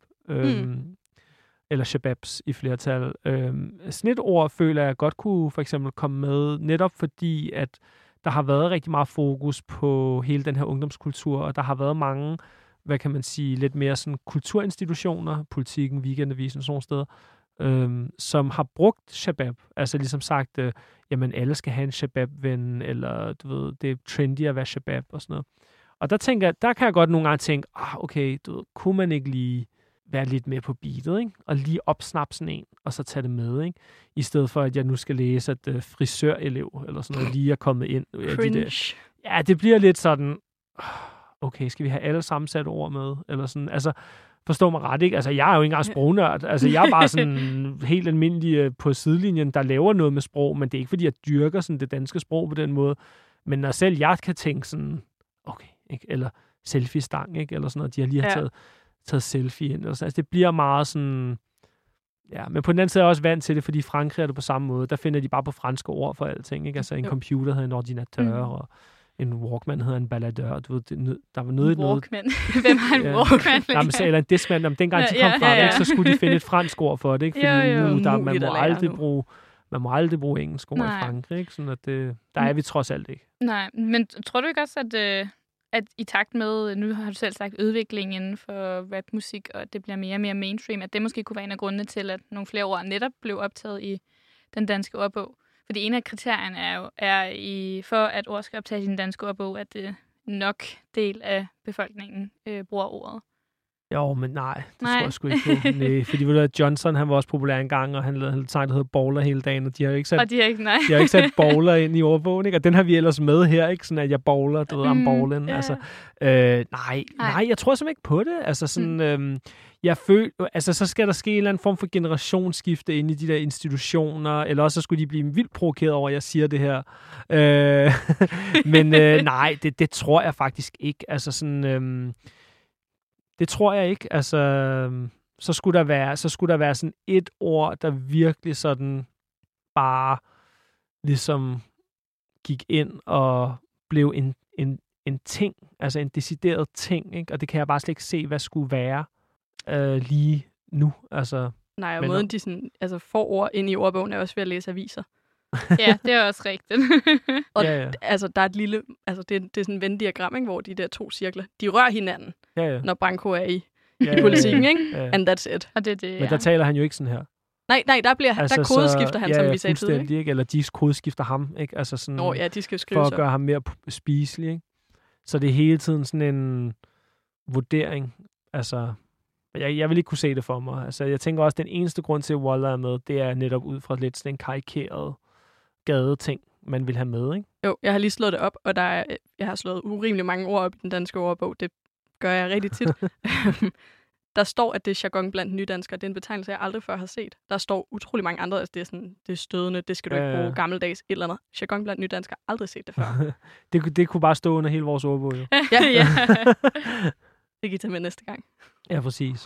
eller shababs i flertal. Sådan et ord føler jeg godt kunne for eksempel komme med, netop fordi, at der har været rigtig meget fokus på hele den her ungdomskultur, og der har været mange, hvad kan man sige, lidt mere sådan kulturinstitutioner, Politikken, Weekendavisen, sådan nogle steder, som har brugt shabab. Altså ligesom sagt, jamen alle skal have en shabab-ven, eller du ved, det er trendy at være shabab og sådan noget. Og der tænker jeg, der kan jeg godt nogle gange tænke, okay, du ved, kunne man ikke lige være lidt med på beatet, ikke? Og lige opsnappe sådan en, og så tage det med, ikke? I stedet for, at jeg nu skal læse, at frisørelev, eller sådan noget, lige er kommet ind. Cringe. Ja, det bliver lidt sådan, okay, skal vi have alle sammensatte ord med? Eller sådan, altså, forstå mig ret, ikke? Altså, jeg er jo ikke engang sprognørd. Altså, jeg er bare sådan helt almindelig på sidelinjen, der laver noget med sprog, men det er ikke, fordi jeg dyrker sådan det danske sprog på den måde. Men når selv jeg kan tænke sådan, okay, ikke? Eller selfie-stang, ikke? Eller sådan noget, de har lige taget selfie ind. Eller sådan. Altså, det bliver meget sådan, ja, men på den anden side er jeg også vant til det, fordi i Frankrig er det på samme måde. Der finder de bare på franske ord for alting, ikke? Altså, en computer hedder en ordinatør, og en Walkman hedder en baladør. Du ved, der var noget... Walkman. Hvem har en Walkman? Nej, men så, eller en Discman. Om dengang de kom fra, ikke, så skulle de finde et fransk ord for det, ikke? Fordi man må aldrig bruge engelsk ord i Frankrig, ikke? Sådan at der er vi trods alt ikke. Nej, men tror du ikke også, at i takt med, nu har du selv sagt, udviklingen inden for rapmusik, og det bliver mere og mere mainstream, at det måske kunne være en af grundene til, at nogle flere ord netop blev optaget i den danske ordbog? Fordi en af kriterierne for at ord skal optages i den danske ordbog, at det nok del af befolkningen bruger ordet. Jo, men nej, det tror jeg sgu ikke på. Nej, fordi ved du, at Johnson, han var også populær engang, og han lavede sang, der hedder baller hele dagen, og de har jo ikke sat baller ind i ordbogen, ikke? Og den har vi ellers med her, ikke? Sådan at jeg baller, du ved, I'm ballin'. Altså, nej, jeg tror simpelthen ikke på det. Altså sådan, jeg føler, altså så skal der ske en eller anden form for generationsskifte inde i de der institutioner, eller også så skulle de blive vildt provokeret over, at jeg siger det her. Men nej, det tror jeg faktisk ikke. Altså sådan... Det tror jeg ikke. Altså, så skulle der være sådan et ord, der virkelig sådan bare ligesom gik ind og blev en ting, altså en decideret ting, ikke? Og det kan jeg bare slet ikke se, hvad skulle være lige nu. Altså, nej, og måden de sådan, altså får ord ind i ordbogen er også ved at læse aviser. Ja, det er også rigtigt. Og altså, der er et lille, altså det er sådan en Venn-diagram, ikke, hvor de der to cirkler, de rører hinanden, når Branko er i politikken, ikke? Ja. And that's it. Og det, men der taler han jo ikke sådan her. Nej, der kodeskifter han, som vi sagde tidligere, ikke? Eller de kodeskifter ham, ikke? Altså sådan, de skal skrive for at gøre ham mere spiselig, ikke? Så det er hele tiden sådan en vurdering. Altså, jeg vil ikke kunne se det for mig. Altså, jeg tænker også, at den eneste grund til, at Waller er med, det er netop ud fra lidt sådan en karikeret gadeting, man vil have med, ikke? Jo, jeg har lige slået det op, og jeg har slået urimelig mange ord op i den danske ordbog. Det gør jeg rigtig tit. der står, at det er jargon blandt nydanskere. Det er en betegnelse, jeg aldrig før har set. Der står utrolig mange andre, altså det er sådan, det er stødende, det skal du ikke bruge, gammeldags, et eller andet. Jargon blandt nydanskere, aldrig set det før. det kunne bare stå under hele vores ordbog, jo. ja. Det kan I tage med næste gang. Ja, præcis.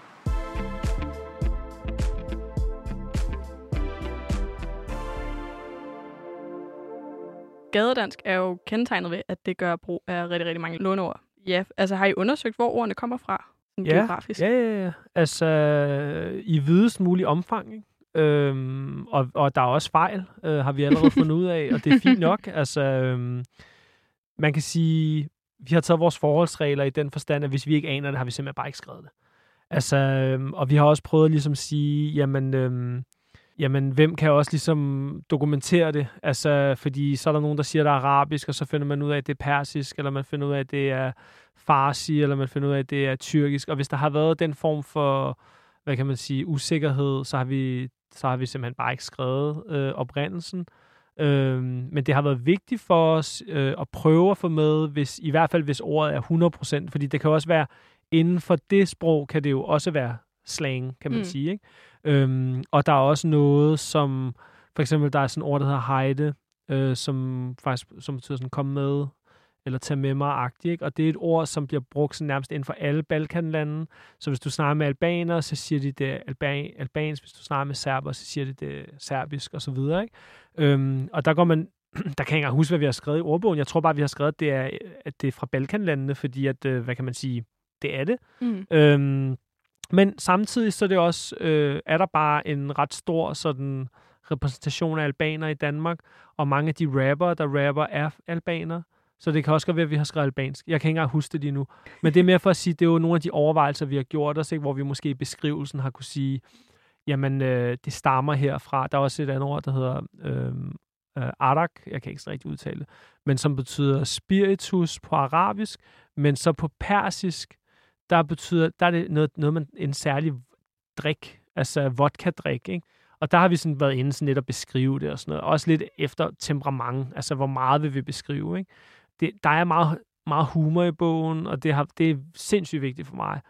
Gadedansk er jo kendetegnet ved, at det gør brug af rigtig, rigtig mange låneord. Ja, altså har I undersøgt, hvor ordene kommer fra? Geografisk? Ja. Altså, i videst mulig omfang, ikke? Og der er også fejl, har vi allerede fundet ud af, og det er fint nok. Altså, man kan sige, vi har taget vores forholdsregler i den forstand, at hvis vi ikke aner det, har vi simpelthen bare ikke skrevet det. Altså, og vi har også prøvet at ligesom sige, jamen, hvem kan også ligesom dokumentere det? Altså, fordi så er der nogen, der siger, der er arabisk, og så finder man ud af, at det er persisk, eller man finder ud af, at det er farsi, eller man finder ud af, at det er tyrkisk. Og hvis der har været den form for, hvad kan man sige, usikkerhed, så har vi simpelthen bare ikke skrevet oprindelsen. Men det har været vigtigt for os at prøve at få med, i hvert fald hvis ordet er 100%, fordi det kan også være, inden for det sprog, kan det jo også være slang, kan man sige, ikke? Og der er også noget, som for eksempel, der er sådan et ord, der hedder hejde, som betyder sådan, kom med, eller tage med mig-agtigt, ikke? Og det er et ord, som bliver brugt sådan nærmest inden for alle Balkanlande. Så hvis du snakker med albanere, så siger de det albansk. Hvis du snakker med serber, så siger de det serbisk, og så videre, ikke? Og der går man, der kan jeg ikke engang huske, hvad vi har skrevet i ordbogen. Jeg tror bare, vi har skrevet, at det er fra Balkanlandene, fordi at, hvad kan man sige, det er det. Men samtidig så er det også, er der bare en ret stor sådan repræsentation af albanere i Danmark, og mange af de rappere, der rapper, er albanere. Så det kan også godt være, at vi har skrevet albansk. Jeg kan ikke engang huske det lige nu. Men det er mere for at sige, at det er jo nogle af de overvejelser, vi har gjort os, ikke? Hvor vi måske i beskrivelsen har kunne sige, jamen, det stammer herfra. Der er også et andet ord, der hedder arak, jeg kan ikke rigtig udtale det, men som betyder spiritus på arabisk, men så på persisk, der er det noget en særlig drik, altså vodka-drik, ikke? Og der har vi sådan været inde sådan lidt at beskrive det og sådan noget. Også lidt efter temperament, altså hvor meget vil vi beskrive, ikke? Der er meget, meget humor i bogen, og det er sindssygt vigtigt for mig,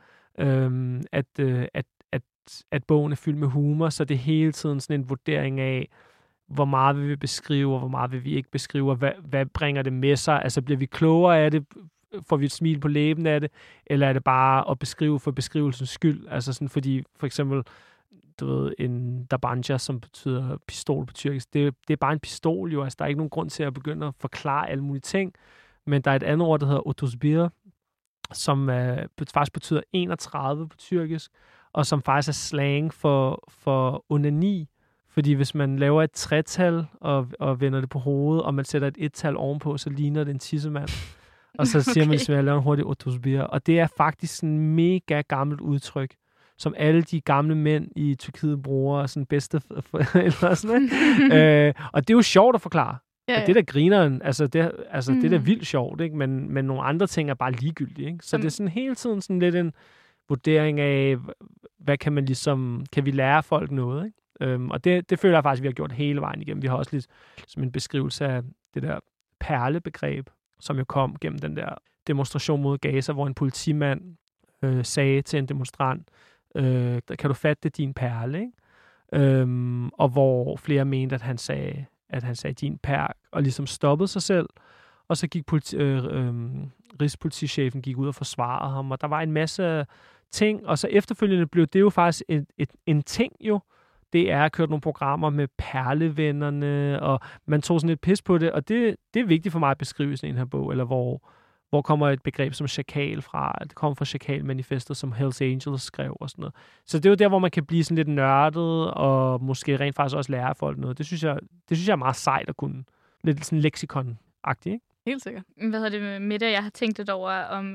at bogen er fyldt med humor, så det er hele tiden sådan en vurdering af, hvor meget vil vi beskrive, og hvor meget vil vi ikke beskrive, og hvad bringer det med sig? Altså bliver vi klogere af det? Får vi et smil på læben af det? Eller er det bare at beskrive for beskrivelsens skyld? Altså sådan, fordi for eksempel, du ved, en dabanja, som betyder pistol på tyrkisk, det er bare en pistol jo. Altså der er ikke nogen grund til at begynde at forklare alle mulige ting. Men der er et andet ord, der hedder otosbir, som faktisk betyder 31 på tyrkisk, og som faktisk er slang for onani. Fordi hvis man laver et tretal og vender det på hovedet, og man sætter et ettal ovenpå, så ligner det en tissemand. Og så siger man, at jeg laver en hurtig otosbir. Og det er faktisk sådan en mega gammelt udtryk, som alle de gamle mænd i Tyrkiet bruger, sådan bedste eller sådan noget. Og det er jo sjovt at forklare. Ja. Og det der grineren, det er da vildt sjovt, ikke? Men nogle andre ting er bare ligegyldige, ikke? Så det er sådan hele tiden sådan lidt en vurdering af, hvad kan man ligesom, kan vi lære folk noget, ikke? Og det føler jeg faktisk, vi har gjort hele vejen igennem. Vi har også lidt som en beskrivelse af det der perlebegreb, som jo kom gennem den der demonstration mod Gaza, hvor en politimand sagde til en demonstrant, kan du fatte din perle, ikke? Og hvor flere mente, at han sagde din perk, og ligesom stoppede sig selv, og så gik rigspolitichefen gik ud og forsvarede ham, og der var en masse ting, og så efterfølgende blev det jo faktisk en ting jo. Det er kørt nogle programmer med perlevennerne, og man tog sådan et pis på det, og det er vigtigt for mig at beskrive sådan en her bog, eller hvor kommer et begreb som chakal fra. Det kommer fra Chakal-manifestet, som Hells Angels skrev og sådan noget. Så det er jo der, hvor man kan blive sådan lidt nørdet, og måske rent faktisk også lære folk noget. Det synes jeg er meget sejt at kunne. Lidt sådan leksikon-agtigt, ikke? Helt sikkert. Hvad hedder det, Mette? Jeg har tænkt lidt over om...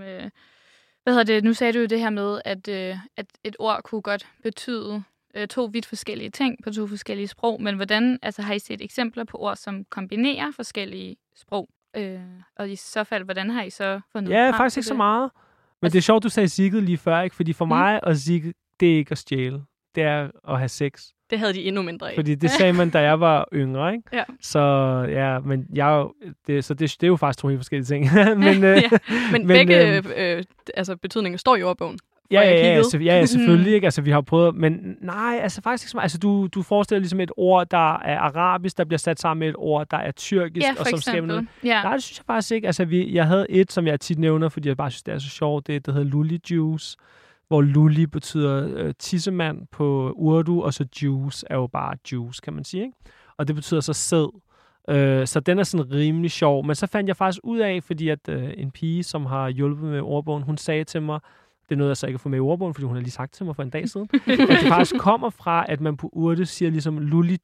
nu sagde du jo det her med, at et ord kunne godt betyde to vidt forskellige ting på to forskellige sprog, men hvordan, altså har I set eksempler på ord, som kombinerer forskellige sprog? Og i så fald, hvordan har I så fundet frem faktisk ikke det? Så meget. Men det er sjovt, du sagde zigget lige før, ikke? Fordi for mig at zigge, det er ikke at stjæle. Det er at have sex. Det havde de endnu mindre af. Fordi det sagde man, da jeg var yngre, ikke? Ja. Så ja, men det er jo faktisk to helt forskellige ting. Men begge betydninger står i ordbogen. Ja, selvfølgelig. Ikke? Altså, vi har prøvet, men nej, altså faktisk ikke så meget. Altså, du forestiller ligesom et ord, der er arabisk, der bliver sat sammen med et ord, der er tyrkisk, og som skaber noget. Ja. Nej, det synes jeg faktisk ikke. Altså, jeg havde et, som jeg tit nævner, fordi jeg bare synes, det er så sjovt. Det hedder Luli Juice, hvor luli betyder tissemand på urdu, og så juice er jo bare juice, kan man sige. Ikke? Og det betyder så sæd. Så den er sådan rimelig sjov. Men så fandt jeg faktisk ud af, fordi at en pige, som har hjulpet med ordbogen, hun sagde til mig, det er noget, jeg så ikke har fået med i ordbogen, fordi hun har lige sagt til mig for en dag siden, at det faktisk kommer fra, at man på urdu siger ligesom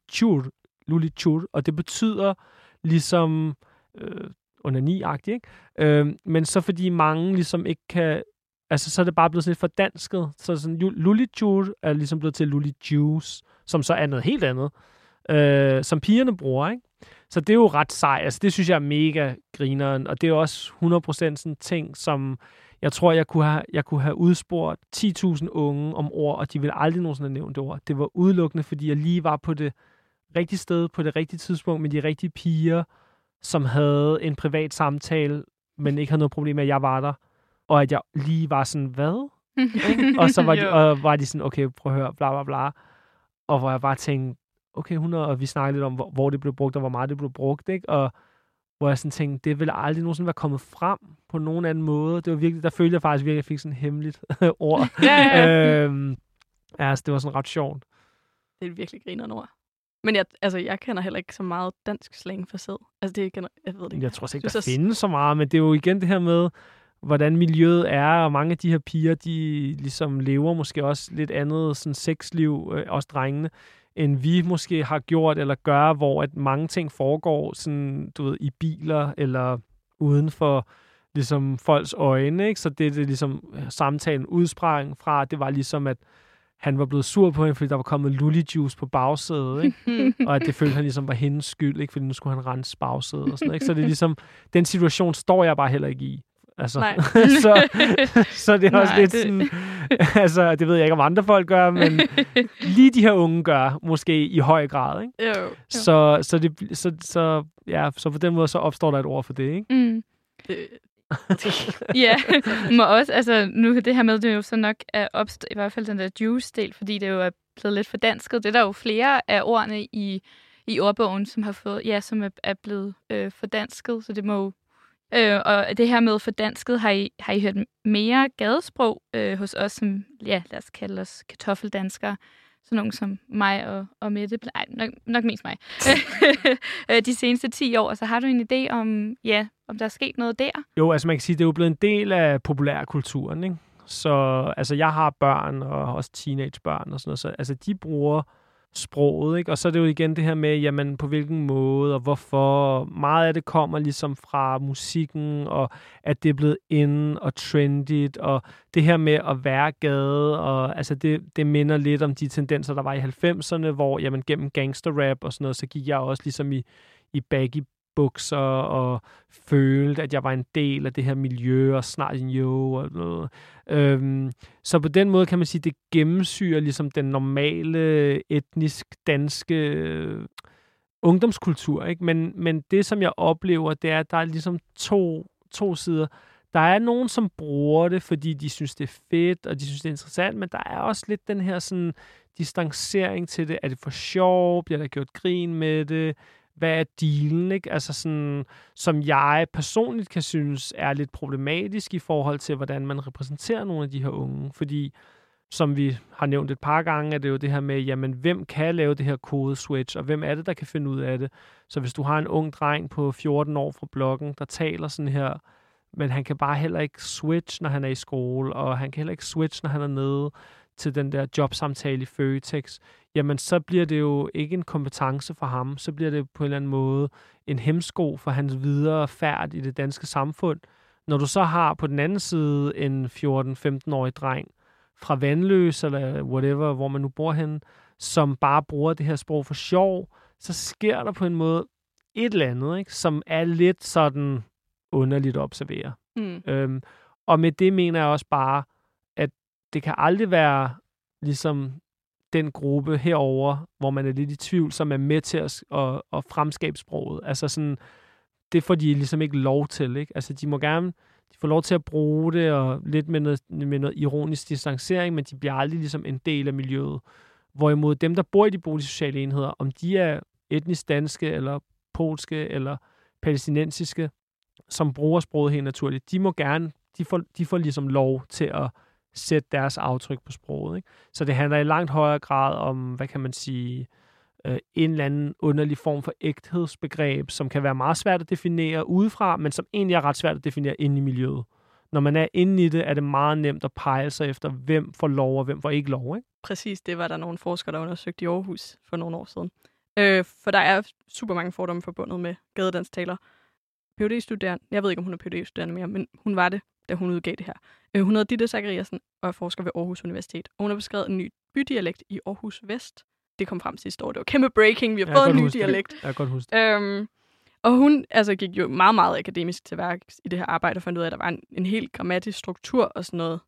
lulichur, og det betyder ligesom onani-agtigt, ikke? Men så fordi mange ligesom ikke kan, altså så er det bare blevet sådan lidt fordansket, så sådan lulichur er ligesom blevet til lulijuice, som så er noget helt andet, som pigerne bruger, ikke? Så det er jo ret sejt. Altså, det synes jeg er mega grineren, og det er også 100% sådan ting, som jeg tror, jeg kunne have udspurgt 10.000 unge om ord, og de ville aldrig nogensinde have nævnt det ord. Det var udelukkende, fordi jeg lige var på det rigtige sted, på det rigtige tidspunkt, med de rigtige piger, som havde en privat samtale, men ikke havde noget problem med, at jeg var der, og at jeg lige var sådan, hvad? Og så var de sådan, okay, prøv at høre, bla bla bla. Og hvor jeg bare tænkte, okay, og vi snakkede lidt om, hvor det blev brugt, og hvor meget det blev brugt, ikke? Og hvor jeg sådan tænkte, det ville aldrig nogensinde være kommet frem på nogen anden måde. Det var virkelig, der følte jeg faktisk virkelig, at jeg fik sådan et hemmeligt ord. Altså, det var sådan ret sjovt. Det er virkelig grinerende ord. Men jeg kender heller ikke så meget dansk slang for sæd. Altså, jeg ved det ikke. Jeg tror ikke, der findes så meget, men det er jo igen det her med, hvordan miljøet er, og mange af de her piger, de ligesom lever måske også lidt andet sådan sexliv, også drengene, end vi måske har gjort eller gør, hvor at mange ting foregår sådan, du ved, i biler eller uden for ligesom folks øjne, ikke? Så det ligesom samtalen udsprang fra, det var ligesom, at han var blevet sur på hende, fordi der var kommet lullijuice på bagsædet, ikke? Og at det følte han ligesom var hendes skyld, ikke? Fordi nu skulle han rense bagsædet og sådan noget, ikke? Så det er ligesom, den situation står jeg bare heller ikke i. Altså, så det er også lidt sådan, altså, det ved jeg ikke, om andre folk gør, men lige de her unge gør, måske i høj grad, ikke? Jo. Så på den måde, så opstår der et ord for det, ikke? Mm. Ja, må også, altså, nu det her med, det er jo så nok at opstå, i hvert fald den der juice-del, fordi det jo er blevet lidt fordansket. Det er der jo flere af ordene i ordbogen, som har fået, som er blevet fordansket, så det må jo og det her med fordansket, har I hørt mere gadesprog hos os, som, lad os kalde os kartoffeldanskere, sådan nogen som mig og Mette, nok mest mig, de seneste 10 år. Så har du en idé om der er sket noget der? Jo, altså man kan sige, det er jo blevet en del af populærkulturen, ikke? Så altså, jeg har børn, og også teenagebørn og sådan noget, så altså, de bruger sproget, ikke? Og så er det jo igen det her med, jamen, på hvilken måde og hvorfor. Meget af det kommer ligesom fra musikken, og at det er blevet in og trendigt, og det her med at være gade, og altså det minder lidt om de tendenser, der var i 90'erne, hvor jamen, gennem gangsterrap og sådan noget, så gik jeg også ligesom i baggy bukser og følte, at jeg var en del af det her miljø og snart en og noget. Så på den måde kan man sige, det gennemsyrer ligesom den normale etnisk danske ungdomskultur, ikke? Men det, som jeg oplever, det er, at der er ligesom to sider. Der er nogen, som bruger det, fordi de synes, det er fedt, og de synes, det er interessant, men der er også lidt den her sådan distancering til det. Er det for sjov? Bliver der gjort grin med det? Hvad er dealen, ikke? Altså sådan, som jeg personligt kan synes er lidt problematisk i forhold til, hvordan man repræsenterer nogle af de her unge. Fordi, som vi har nævnt et par gange, er det jo det her med, jamen, hvem kan lave det her kodeswitch, og hvem er det, der kan finde ud af det? Så hvis du har en ung dreng på 14 år fra bloggen, der taler sådan her, men han kan bare heller ikke switch, når han er i skole, og han kan heller ikke switch, når han er nede til den der jobsamtale i Føtex, jamen så bliver det jo ikke en kompetence for ham, så bliver det på en eller anden måde en hæmsko for hans videre færd i det danske samfund. Når du så har på den anden side en 14-15-årig dreng fra Vandløs, eller whatever, hvor man nu bor henne, som bare bruger det her sprog for sjov, så sker der på en måde et eller andet, ikke, som er lidt sådan underligt at observere. Og med det mener jeg også bare, at det kan aldrig være ligesom den gruppe herover, hvor man er lidt i tvivl, som er med til at fremskabe sproget. Altså sådan, det får de ligesom ikke lov til, ikke? Altså de får lov til at bruge det, og lidt med noget ironisk distancering, men de bliver aldrig ligesom en del af miljøet. Hvorimod dem, der bor i de boligsociale enheder, om de er etnisk danske, eller polske, eller palæstinensiske, som bruger sproget helt naturligt, de må gerne, de får ligesom lov til at sætte deres aftryk på sproget. Ikke? Så det handler i langt højere grad om, hvad kan man sige, en eller anden underlig form for ægthedsbegreb, som kan være meget svært at definere udefra, men som egentlig er ret svært at definere inde i miljøet. Når man er inde i det, er det meget nemt at pejle sig efter, hvem får lov, og hvem får ikke lov. Ikke? Præcis, det var der nogle forskere, der undersøgte i Aarhus for nogle år siden. For der er super mange fordomme forbundet med gadedanstaler. PhD-studerende, jeg ved ikke, om hun er PhD-studerende mere, men hun var det, da hun udgav det her. Hun hedder Ditte Zachariasen og er forsker ved Aarhus Universitet. Og hun har beskrevet en ny bydialekt i Aarhus Vest. Det kom frem sidste år. Det var kæmpe breaking. Vi har fået en ny dialekt. Jeg kan godt huske det. Og hun gik jo meget, meget akademisk til værk i det her arbejde og fandt ud af, at der var en helt grammatisk struktur og sådan noget.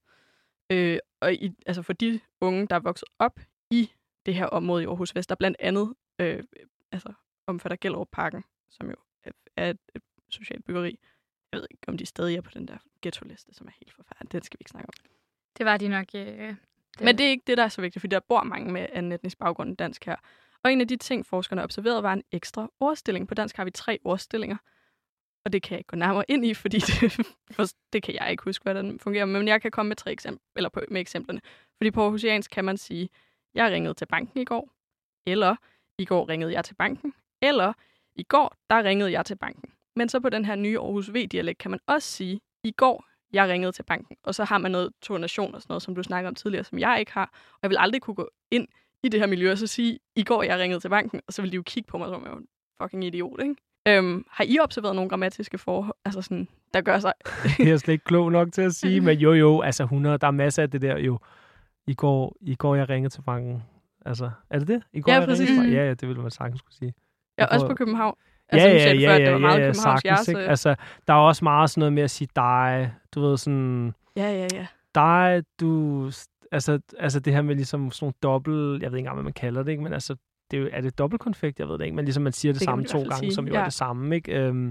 Og for de unge, der er vokset op i det her område i Aarhus Vest, der blandt andet omfatter Gellerupparken, som jo er et socialt byggeri. Jeg ved ikke, om de stadig er på den der ghetto-liste, som er helt forfærdelig. Den skal vi ikke snakke om. Det var de nok. Men det er ikke det, der er så vigtigt, fordi der bor mange med anden etnisk baggrund end dansk her. Og en af de ting, forskerne observerede, var en ekstra ordstilling. På dansk har vi 3 ordstillinger, og det kan jeg ikke gå nærmere ind i, fordi det kan jeg ikke huske, hvordan fungerer. Men jeg kan komme med med eksemplerne. Fordi på aarhusiansk kan man sige, jeg ringede til banken i går, eller i går ringede jeg til banken, eller i går, der ringede jeg til banken. Men så på den her nye Aarhus V-dialekt kan man også sige, i går, jeg ringede til banken. Og så har man noget tonation og sådan noget, som du snakker om tidligere, som jeg ikke har. Og jeg vil aldrig kunne gå ind i det her miljø og så sige, i går, jeg ringede til banken. Og så vil de jo kigge på mig, som jeg er en fucking idiot, ikke? Har I observeret nogle grammatiske forhold, altså sådan, der gør sig? Det er jeg slet ikke klog nok til at sige, men jo, altså 100, der er masser af det der jo. I går, jeg ringede til banken. Altså, er det det? I går, ja, jeg præcis. ringede til Ja, det ville man sagtens skulle sige. Ja, også på København. Altså, ja, det var meget Københavns ikke? Altså, der er også meget sådan noget med at sige dig, du ved sådan... Ja. Dig, du... Altså det her med ligesom sådan nogle dobbelt... Jeg ved ikke engang, hvad man kalder det, ikke? Men altså, er det dobbeltkonfekt? Jeg ved det ikke, men ligesom man siger det samme 2 gange, sige. Som jo er det samme, ikke?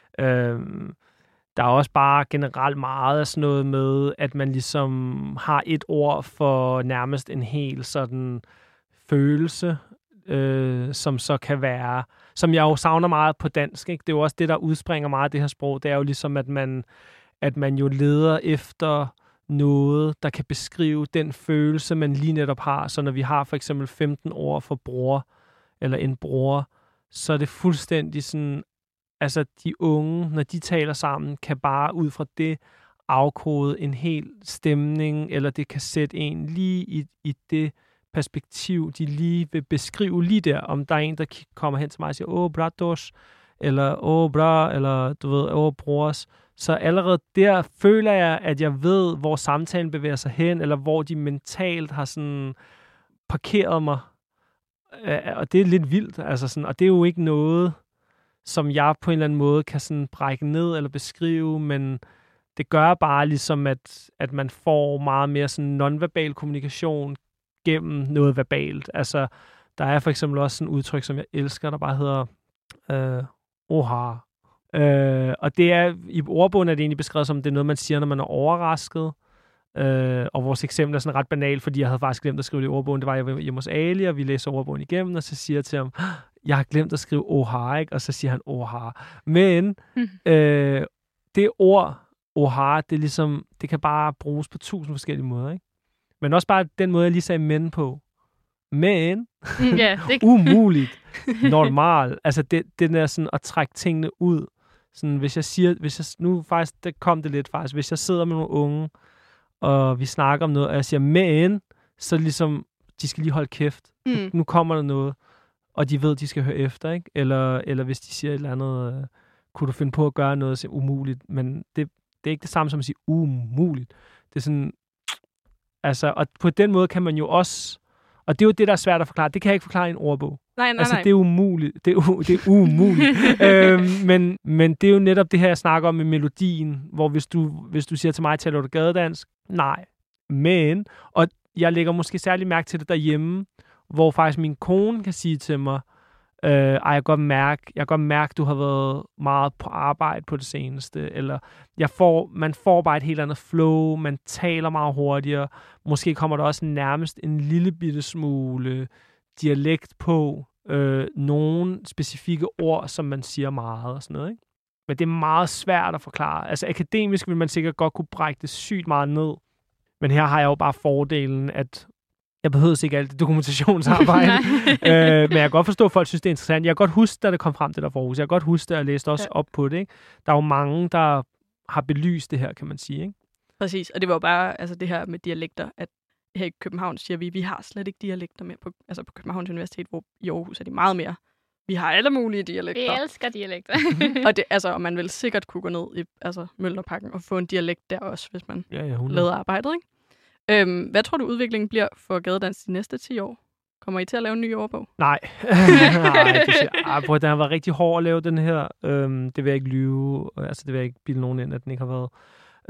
Der er også bare generelt meget af sådan noget med, at man ligesom har et ord for nærmest en hel sådan følelse, som så kan være, som jeg jo savner meget på dansk, ikke? Det er jo også det, der udspringer meget af det her sprog. Det er jo ligesom, at man jo leder efter noget, der kan beskrive den følelse, man lige netop har. Så når vi har for eksempel 15 ord for bror, eller en bror, så er det fuldstændig sådan, altså de unge, når de taler sammen, kan bare ud fra det afkode en hel stemning, eller det kan sætte en lige i det perspektiv, de lige vil beskrive lige der, om der er en, der kommer hen til mig og siger, bratos, eller bra, eller du ved, brors. Så allerede der føler jeg, at jeg ved, hvor samtalen bevæger sig hen, eller hvor de mentalt har sådan parkeret mig. Og det er lidt vildt, altså sådan, og det er jo ikke noget, som jeg på en eller anden måde kan sådan brække ned eller beskrive, men det gør bare ligesom, at man får meget mere sådan nonverbal kommunikation gennem noget verbalt. Altså, der er for eksempel også sådan et udtryk, som jeg elsker, der bare hedder oha. Og det er, i ordbogen er det egentlig beskrevet som, det er noget, man siger, når man er overrasket. Og vores eksempel er sådan ret banalt, fordi jeg havde faktisk glemt at skrive det i ordbogen. Det var, jeg var hjemme hos Ali, og vi læser ordbogen igennem, og så siger jeg til ham, jeg har glemt at skrive oha, ikke? Og så siger han oha. Men det ord, oha, det er ligesom, det kan bare bruges på 1000 forskellige måder, ikke? Men også bare den måde, jeg lige sagde men på. Men, umuligt, normal. Altså, det der sådan at trække tingene ud. Sådan, hvis jeg nu faktisk, der kom det lidt faktisk, hvis jeg sidder med nogle unge, og vi snakker om noget, og jeg siger men, så ligesom, de skal lige holde kæft. Nu kommer der noget, og de ved, de skal høre efter, ikke? Eller hvis de siger et eller andet, kunne du finde på at gøre noget, så umuligt. Men det er ikke det samme som at sige umuligt. Det er sådan, altså, og på den måde kan man jo også, og det er jo det, der er svært at forklare. Det kan jeg ikke forklare i en ordbog. Nej. Altså, det er umuligt. Det er umuligt. Men det er jo netop det her, jeg snakker om med melodien, hvor hvis du siger til mig, taler du gadedansk? Nej. Men, og jeg lægger måske særlig mærke til det derhjemme, hvor faktisk min kone kan sige til mig, Jeg kan godt mærke, du har været meget på arbejde på det seneste, eller man får bare et helt andet flow, man taler meget hurtigere, måske kommer der også nærmest en lille bitte smule dialekt på, nogle specifikke ord, som man siger meget og sådan noget, ikke? Men det er meget svært at forklare. Altså akademisk vil man sikkert godt kunne brække det sygt meget ned, men her har jeg jo bare fordelen, at jeg behøver ikke alt det dokumentationsarbejde, men jeg kan godt forstå, at folk synes, det er interessant. Jeg kan godt huske, da det kom frem til der Aarhus. Jeg kan godt huske, at jeg læste også op på det. Ikke? Der er jo mange, der har belyst det her, kan man sige. Ikke? Præcis, og det var jo bare altså det her med dialekter, at her i København siger vi har slet ikke dialekter mere på Københavns Universitet, hvor i Aarhus er de meget mere. Vi har alle mulige dialekter. Vi elsker dialekter. Og man vil sikkert kunne gå ned i Mjølnerparken og få en dialekt der også, hvis man lavede arbejdet, ikke? Hvad tror du, udviklingen bliver for gadedans de næste 10 år? Kommer I til at lave en ny årbog? Nej. Den har været rigtig hård at lave, den her. Det vil jeg ikke lyve. Altså, det vil jeg ikke bilde nogen ind, at den ikke har været.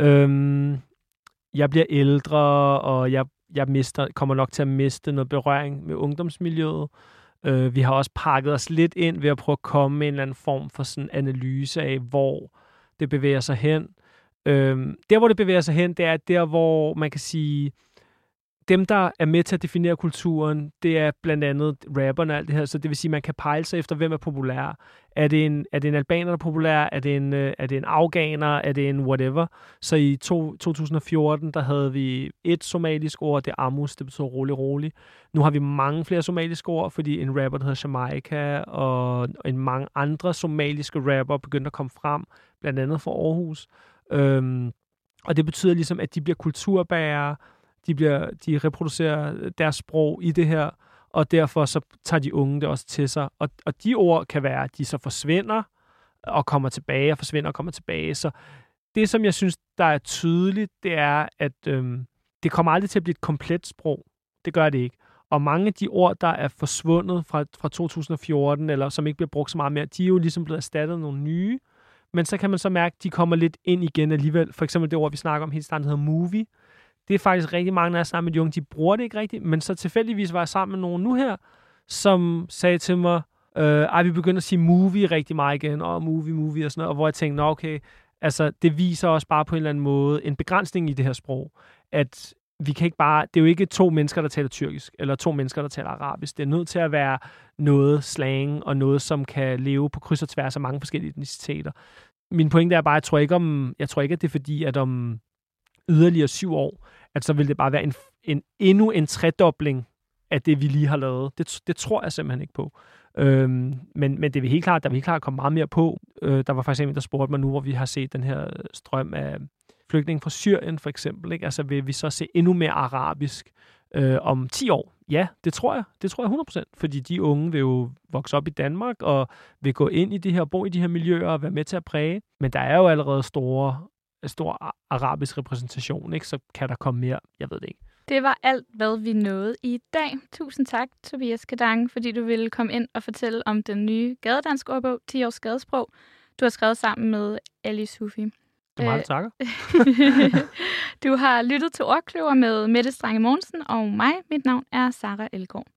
Jeg bliver ældre, og jeg kommer nok til at miste noget berøring med ungdomsmiljøet. Vi har også pakket os lidt ind ved at prøve at komme med en eller anden form for sådan analyse af, hvor det bevæger sig hen. Der, hvor det bevæger sig hen, det er der, hvor man kan sige, dem, der er med til at definere kulturen, det er blandt andet rapperne og alt det her, så det vil sige, at man kan pejle sig efter, hvem er populær. Er det en albaner, der er populær? Er det en afghaner? Er det en whatever? Så i 2014, der havde vi et somalisk ord, det er Amus, det betyder rolig. Nu har vi mange flere somaliske ord, fordi en rapper, der hedder Jamaica, og en mange andre somaliske rapper begyndte at komme frem, blandt andet fra Aarhus. Og det betyder ligesom, at de bliver kulturbærere, de reproducerer deres sprog i det her, og derfor så tager de unge det også til sig. Og de ord kan være, at de så forsvinder og kommer tilbage, og forsvinder og kommer tilbage. Så det, som jeg synes, der er tydeligt, det er, at det kommer aldrig til at blive et komplet sprog. Det gør det ikke. Og mange af de ord, der er forsvundet fra 2014, eller som ikke bliver brugt så meget mere, de er jo ligesom blevet erstattet af nogle nye. Men så kan man så mærke, at de kommer lidt ind igen alligevel. For eksempel det ord, vi snakker om helt starten, der hedder movie. Det er faktisk rigtig mange, når jeg snakker med de unge, de bruger det ikke rigtigt. Men så tilfældigvis var jeg sammen med nogen nu her, som sagde til mig, vi begynder at sige movie rigtig meget igen, og movie og sådan noget. Og hvor jeg tænkte, okay, altså det viser også bare på en eller anden måde en begrænsning i det her sprog. At vi kan ikke bare, det er jo ikke 2 mennesker, der taler tyrkisk, eller 2 mennesker, der taler arabisk. Det er nødt til at være noget slang, og noget, som kan leve på kryds og tværs af mange forskellige etniciteter. Min pointe er bare, jeg tror ikke, at det er fordi, at om yderligere 7 år, at så vil det bare være endnu en tredobling af det, vi lige har lavet. Det tror jeg simpelthen ikke på. Men det vil helt klart, der vil helt klart komme meget mere på. Der var faktisk en, der spurgte mig nu, hvor vi har set den her strøm af flygtninge fra Syrien, for eksempel. Ikke? Altså vil vi så se endnu mere arabisk om 10 år? Ja, det tror jeg. Det tror jeg 100%. Fordi de unge vil jo vokse op i Danmark og vil gå ind i det her, bo i de her miljøer og være med til at præge. Men der er jo allerede stor arabisk repræsentation, ikke? Så kan der komme mere. Jeg ved det ikke. Det var alt, hvad vi nåede i dag. Tusind tak, Tobias Kadang, fordi du ville komme ind og fortælle om den nye gadedansk ordbog, 10 års gadesprog. Du har skrevet sammen med Ali Sufi. Det er meget, takker. Du har lyttet til Ordkløver med Mette Strange Mogensen og mig. Mit navn er Sara Elgaard.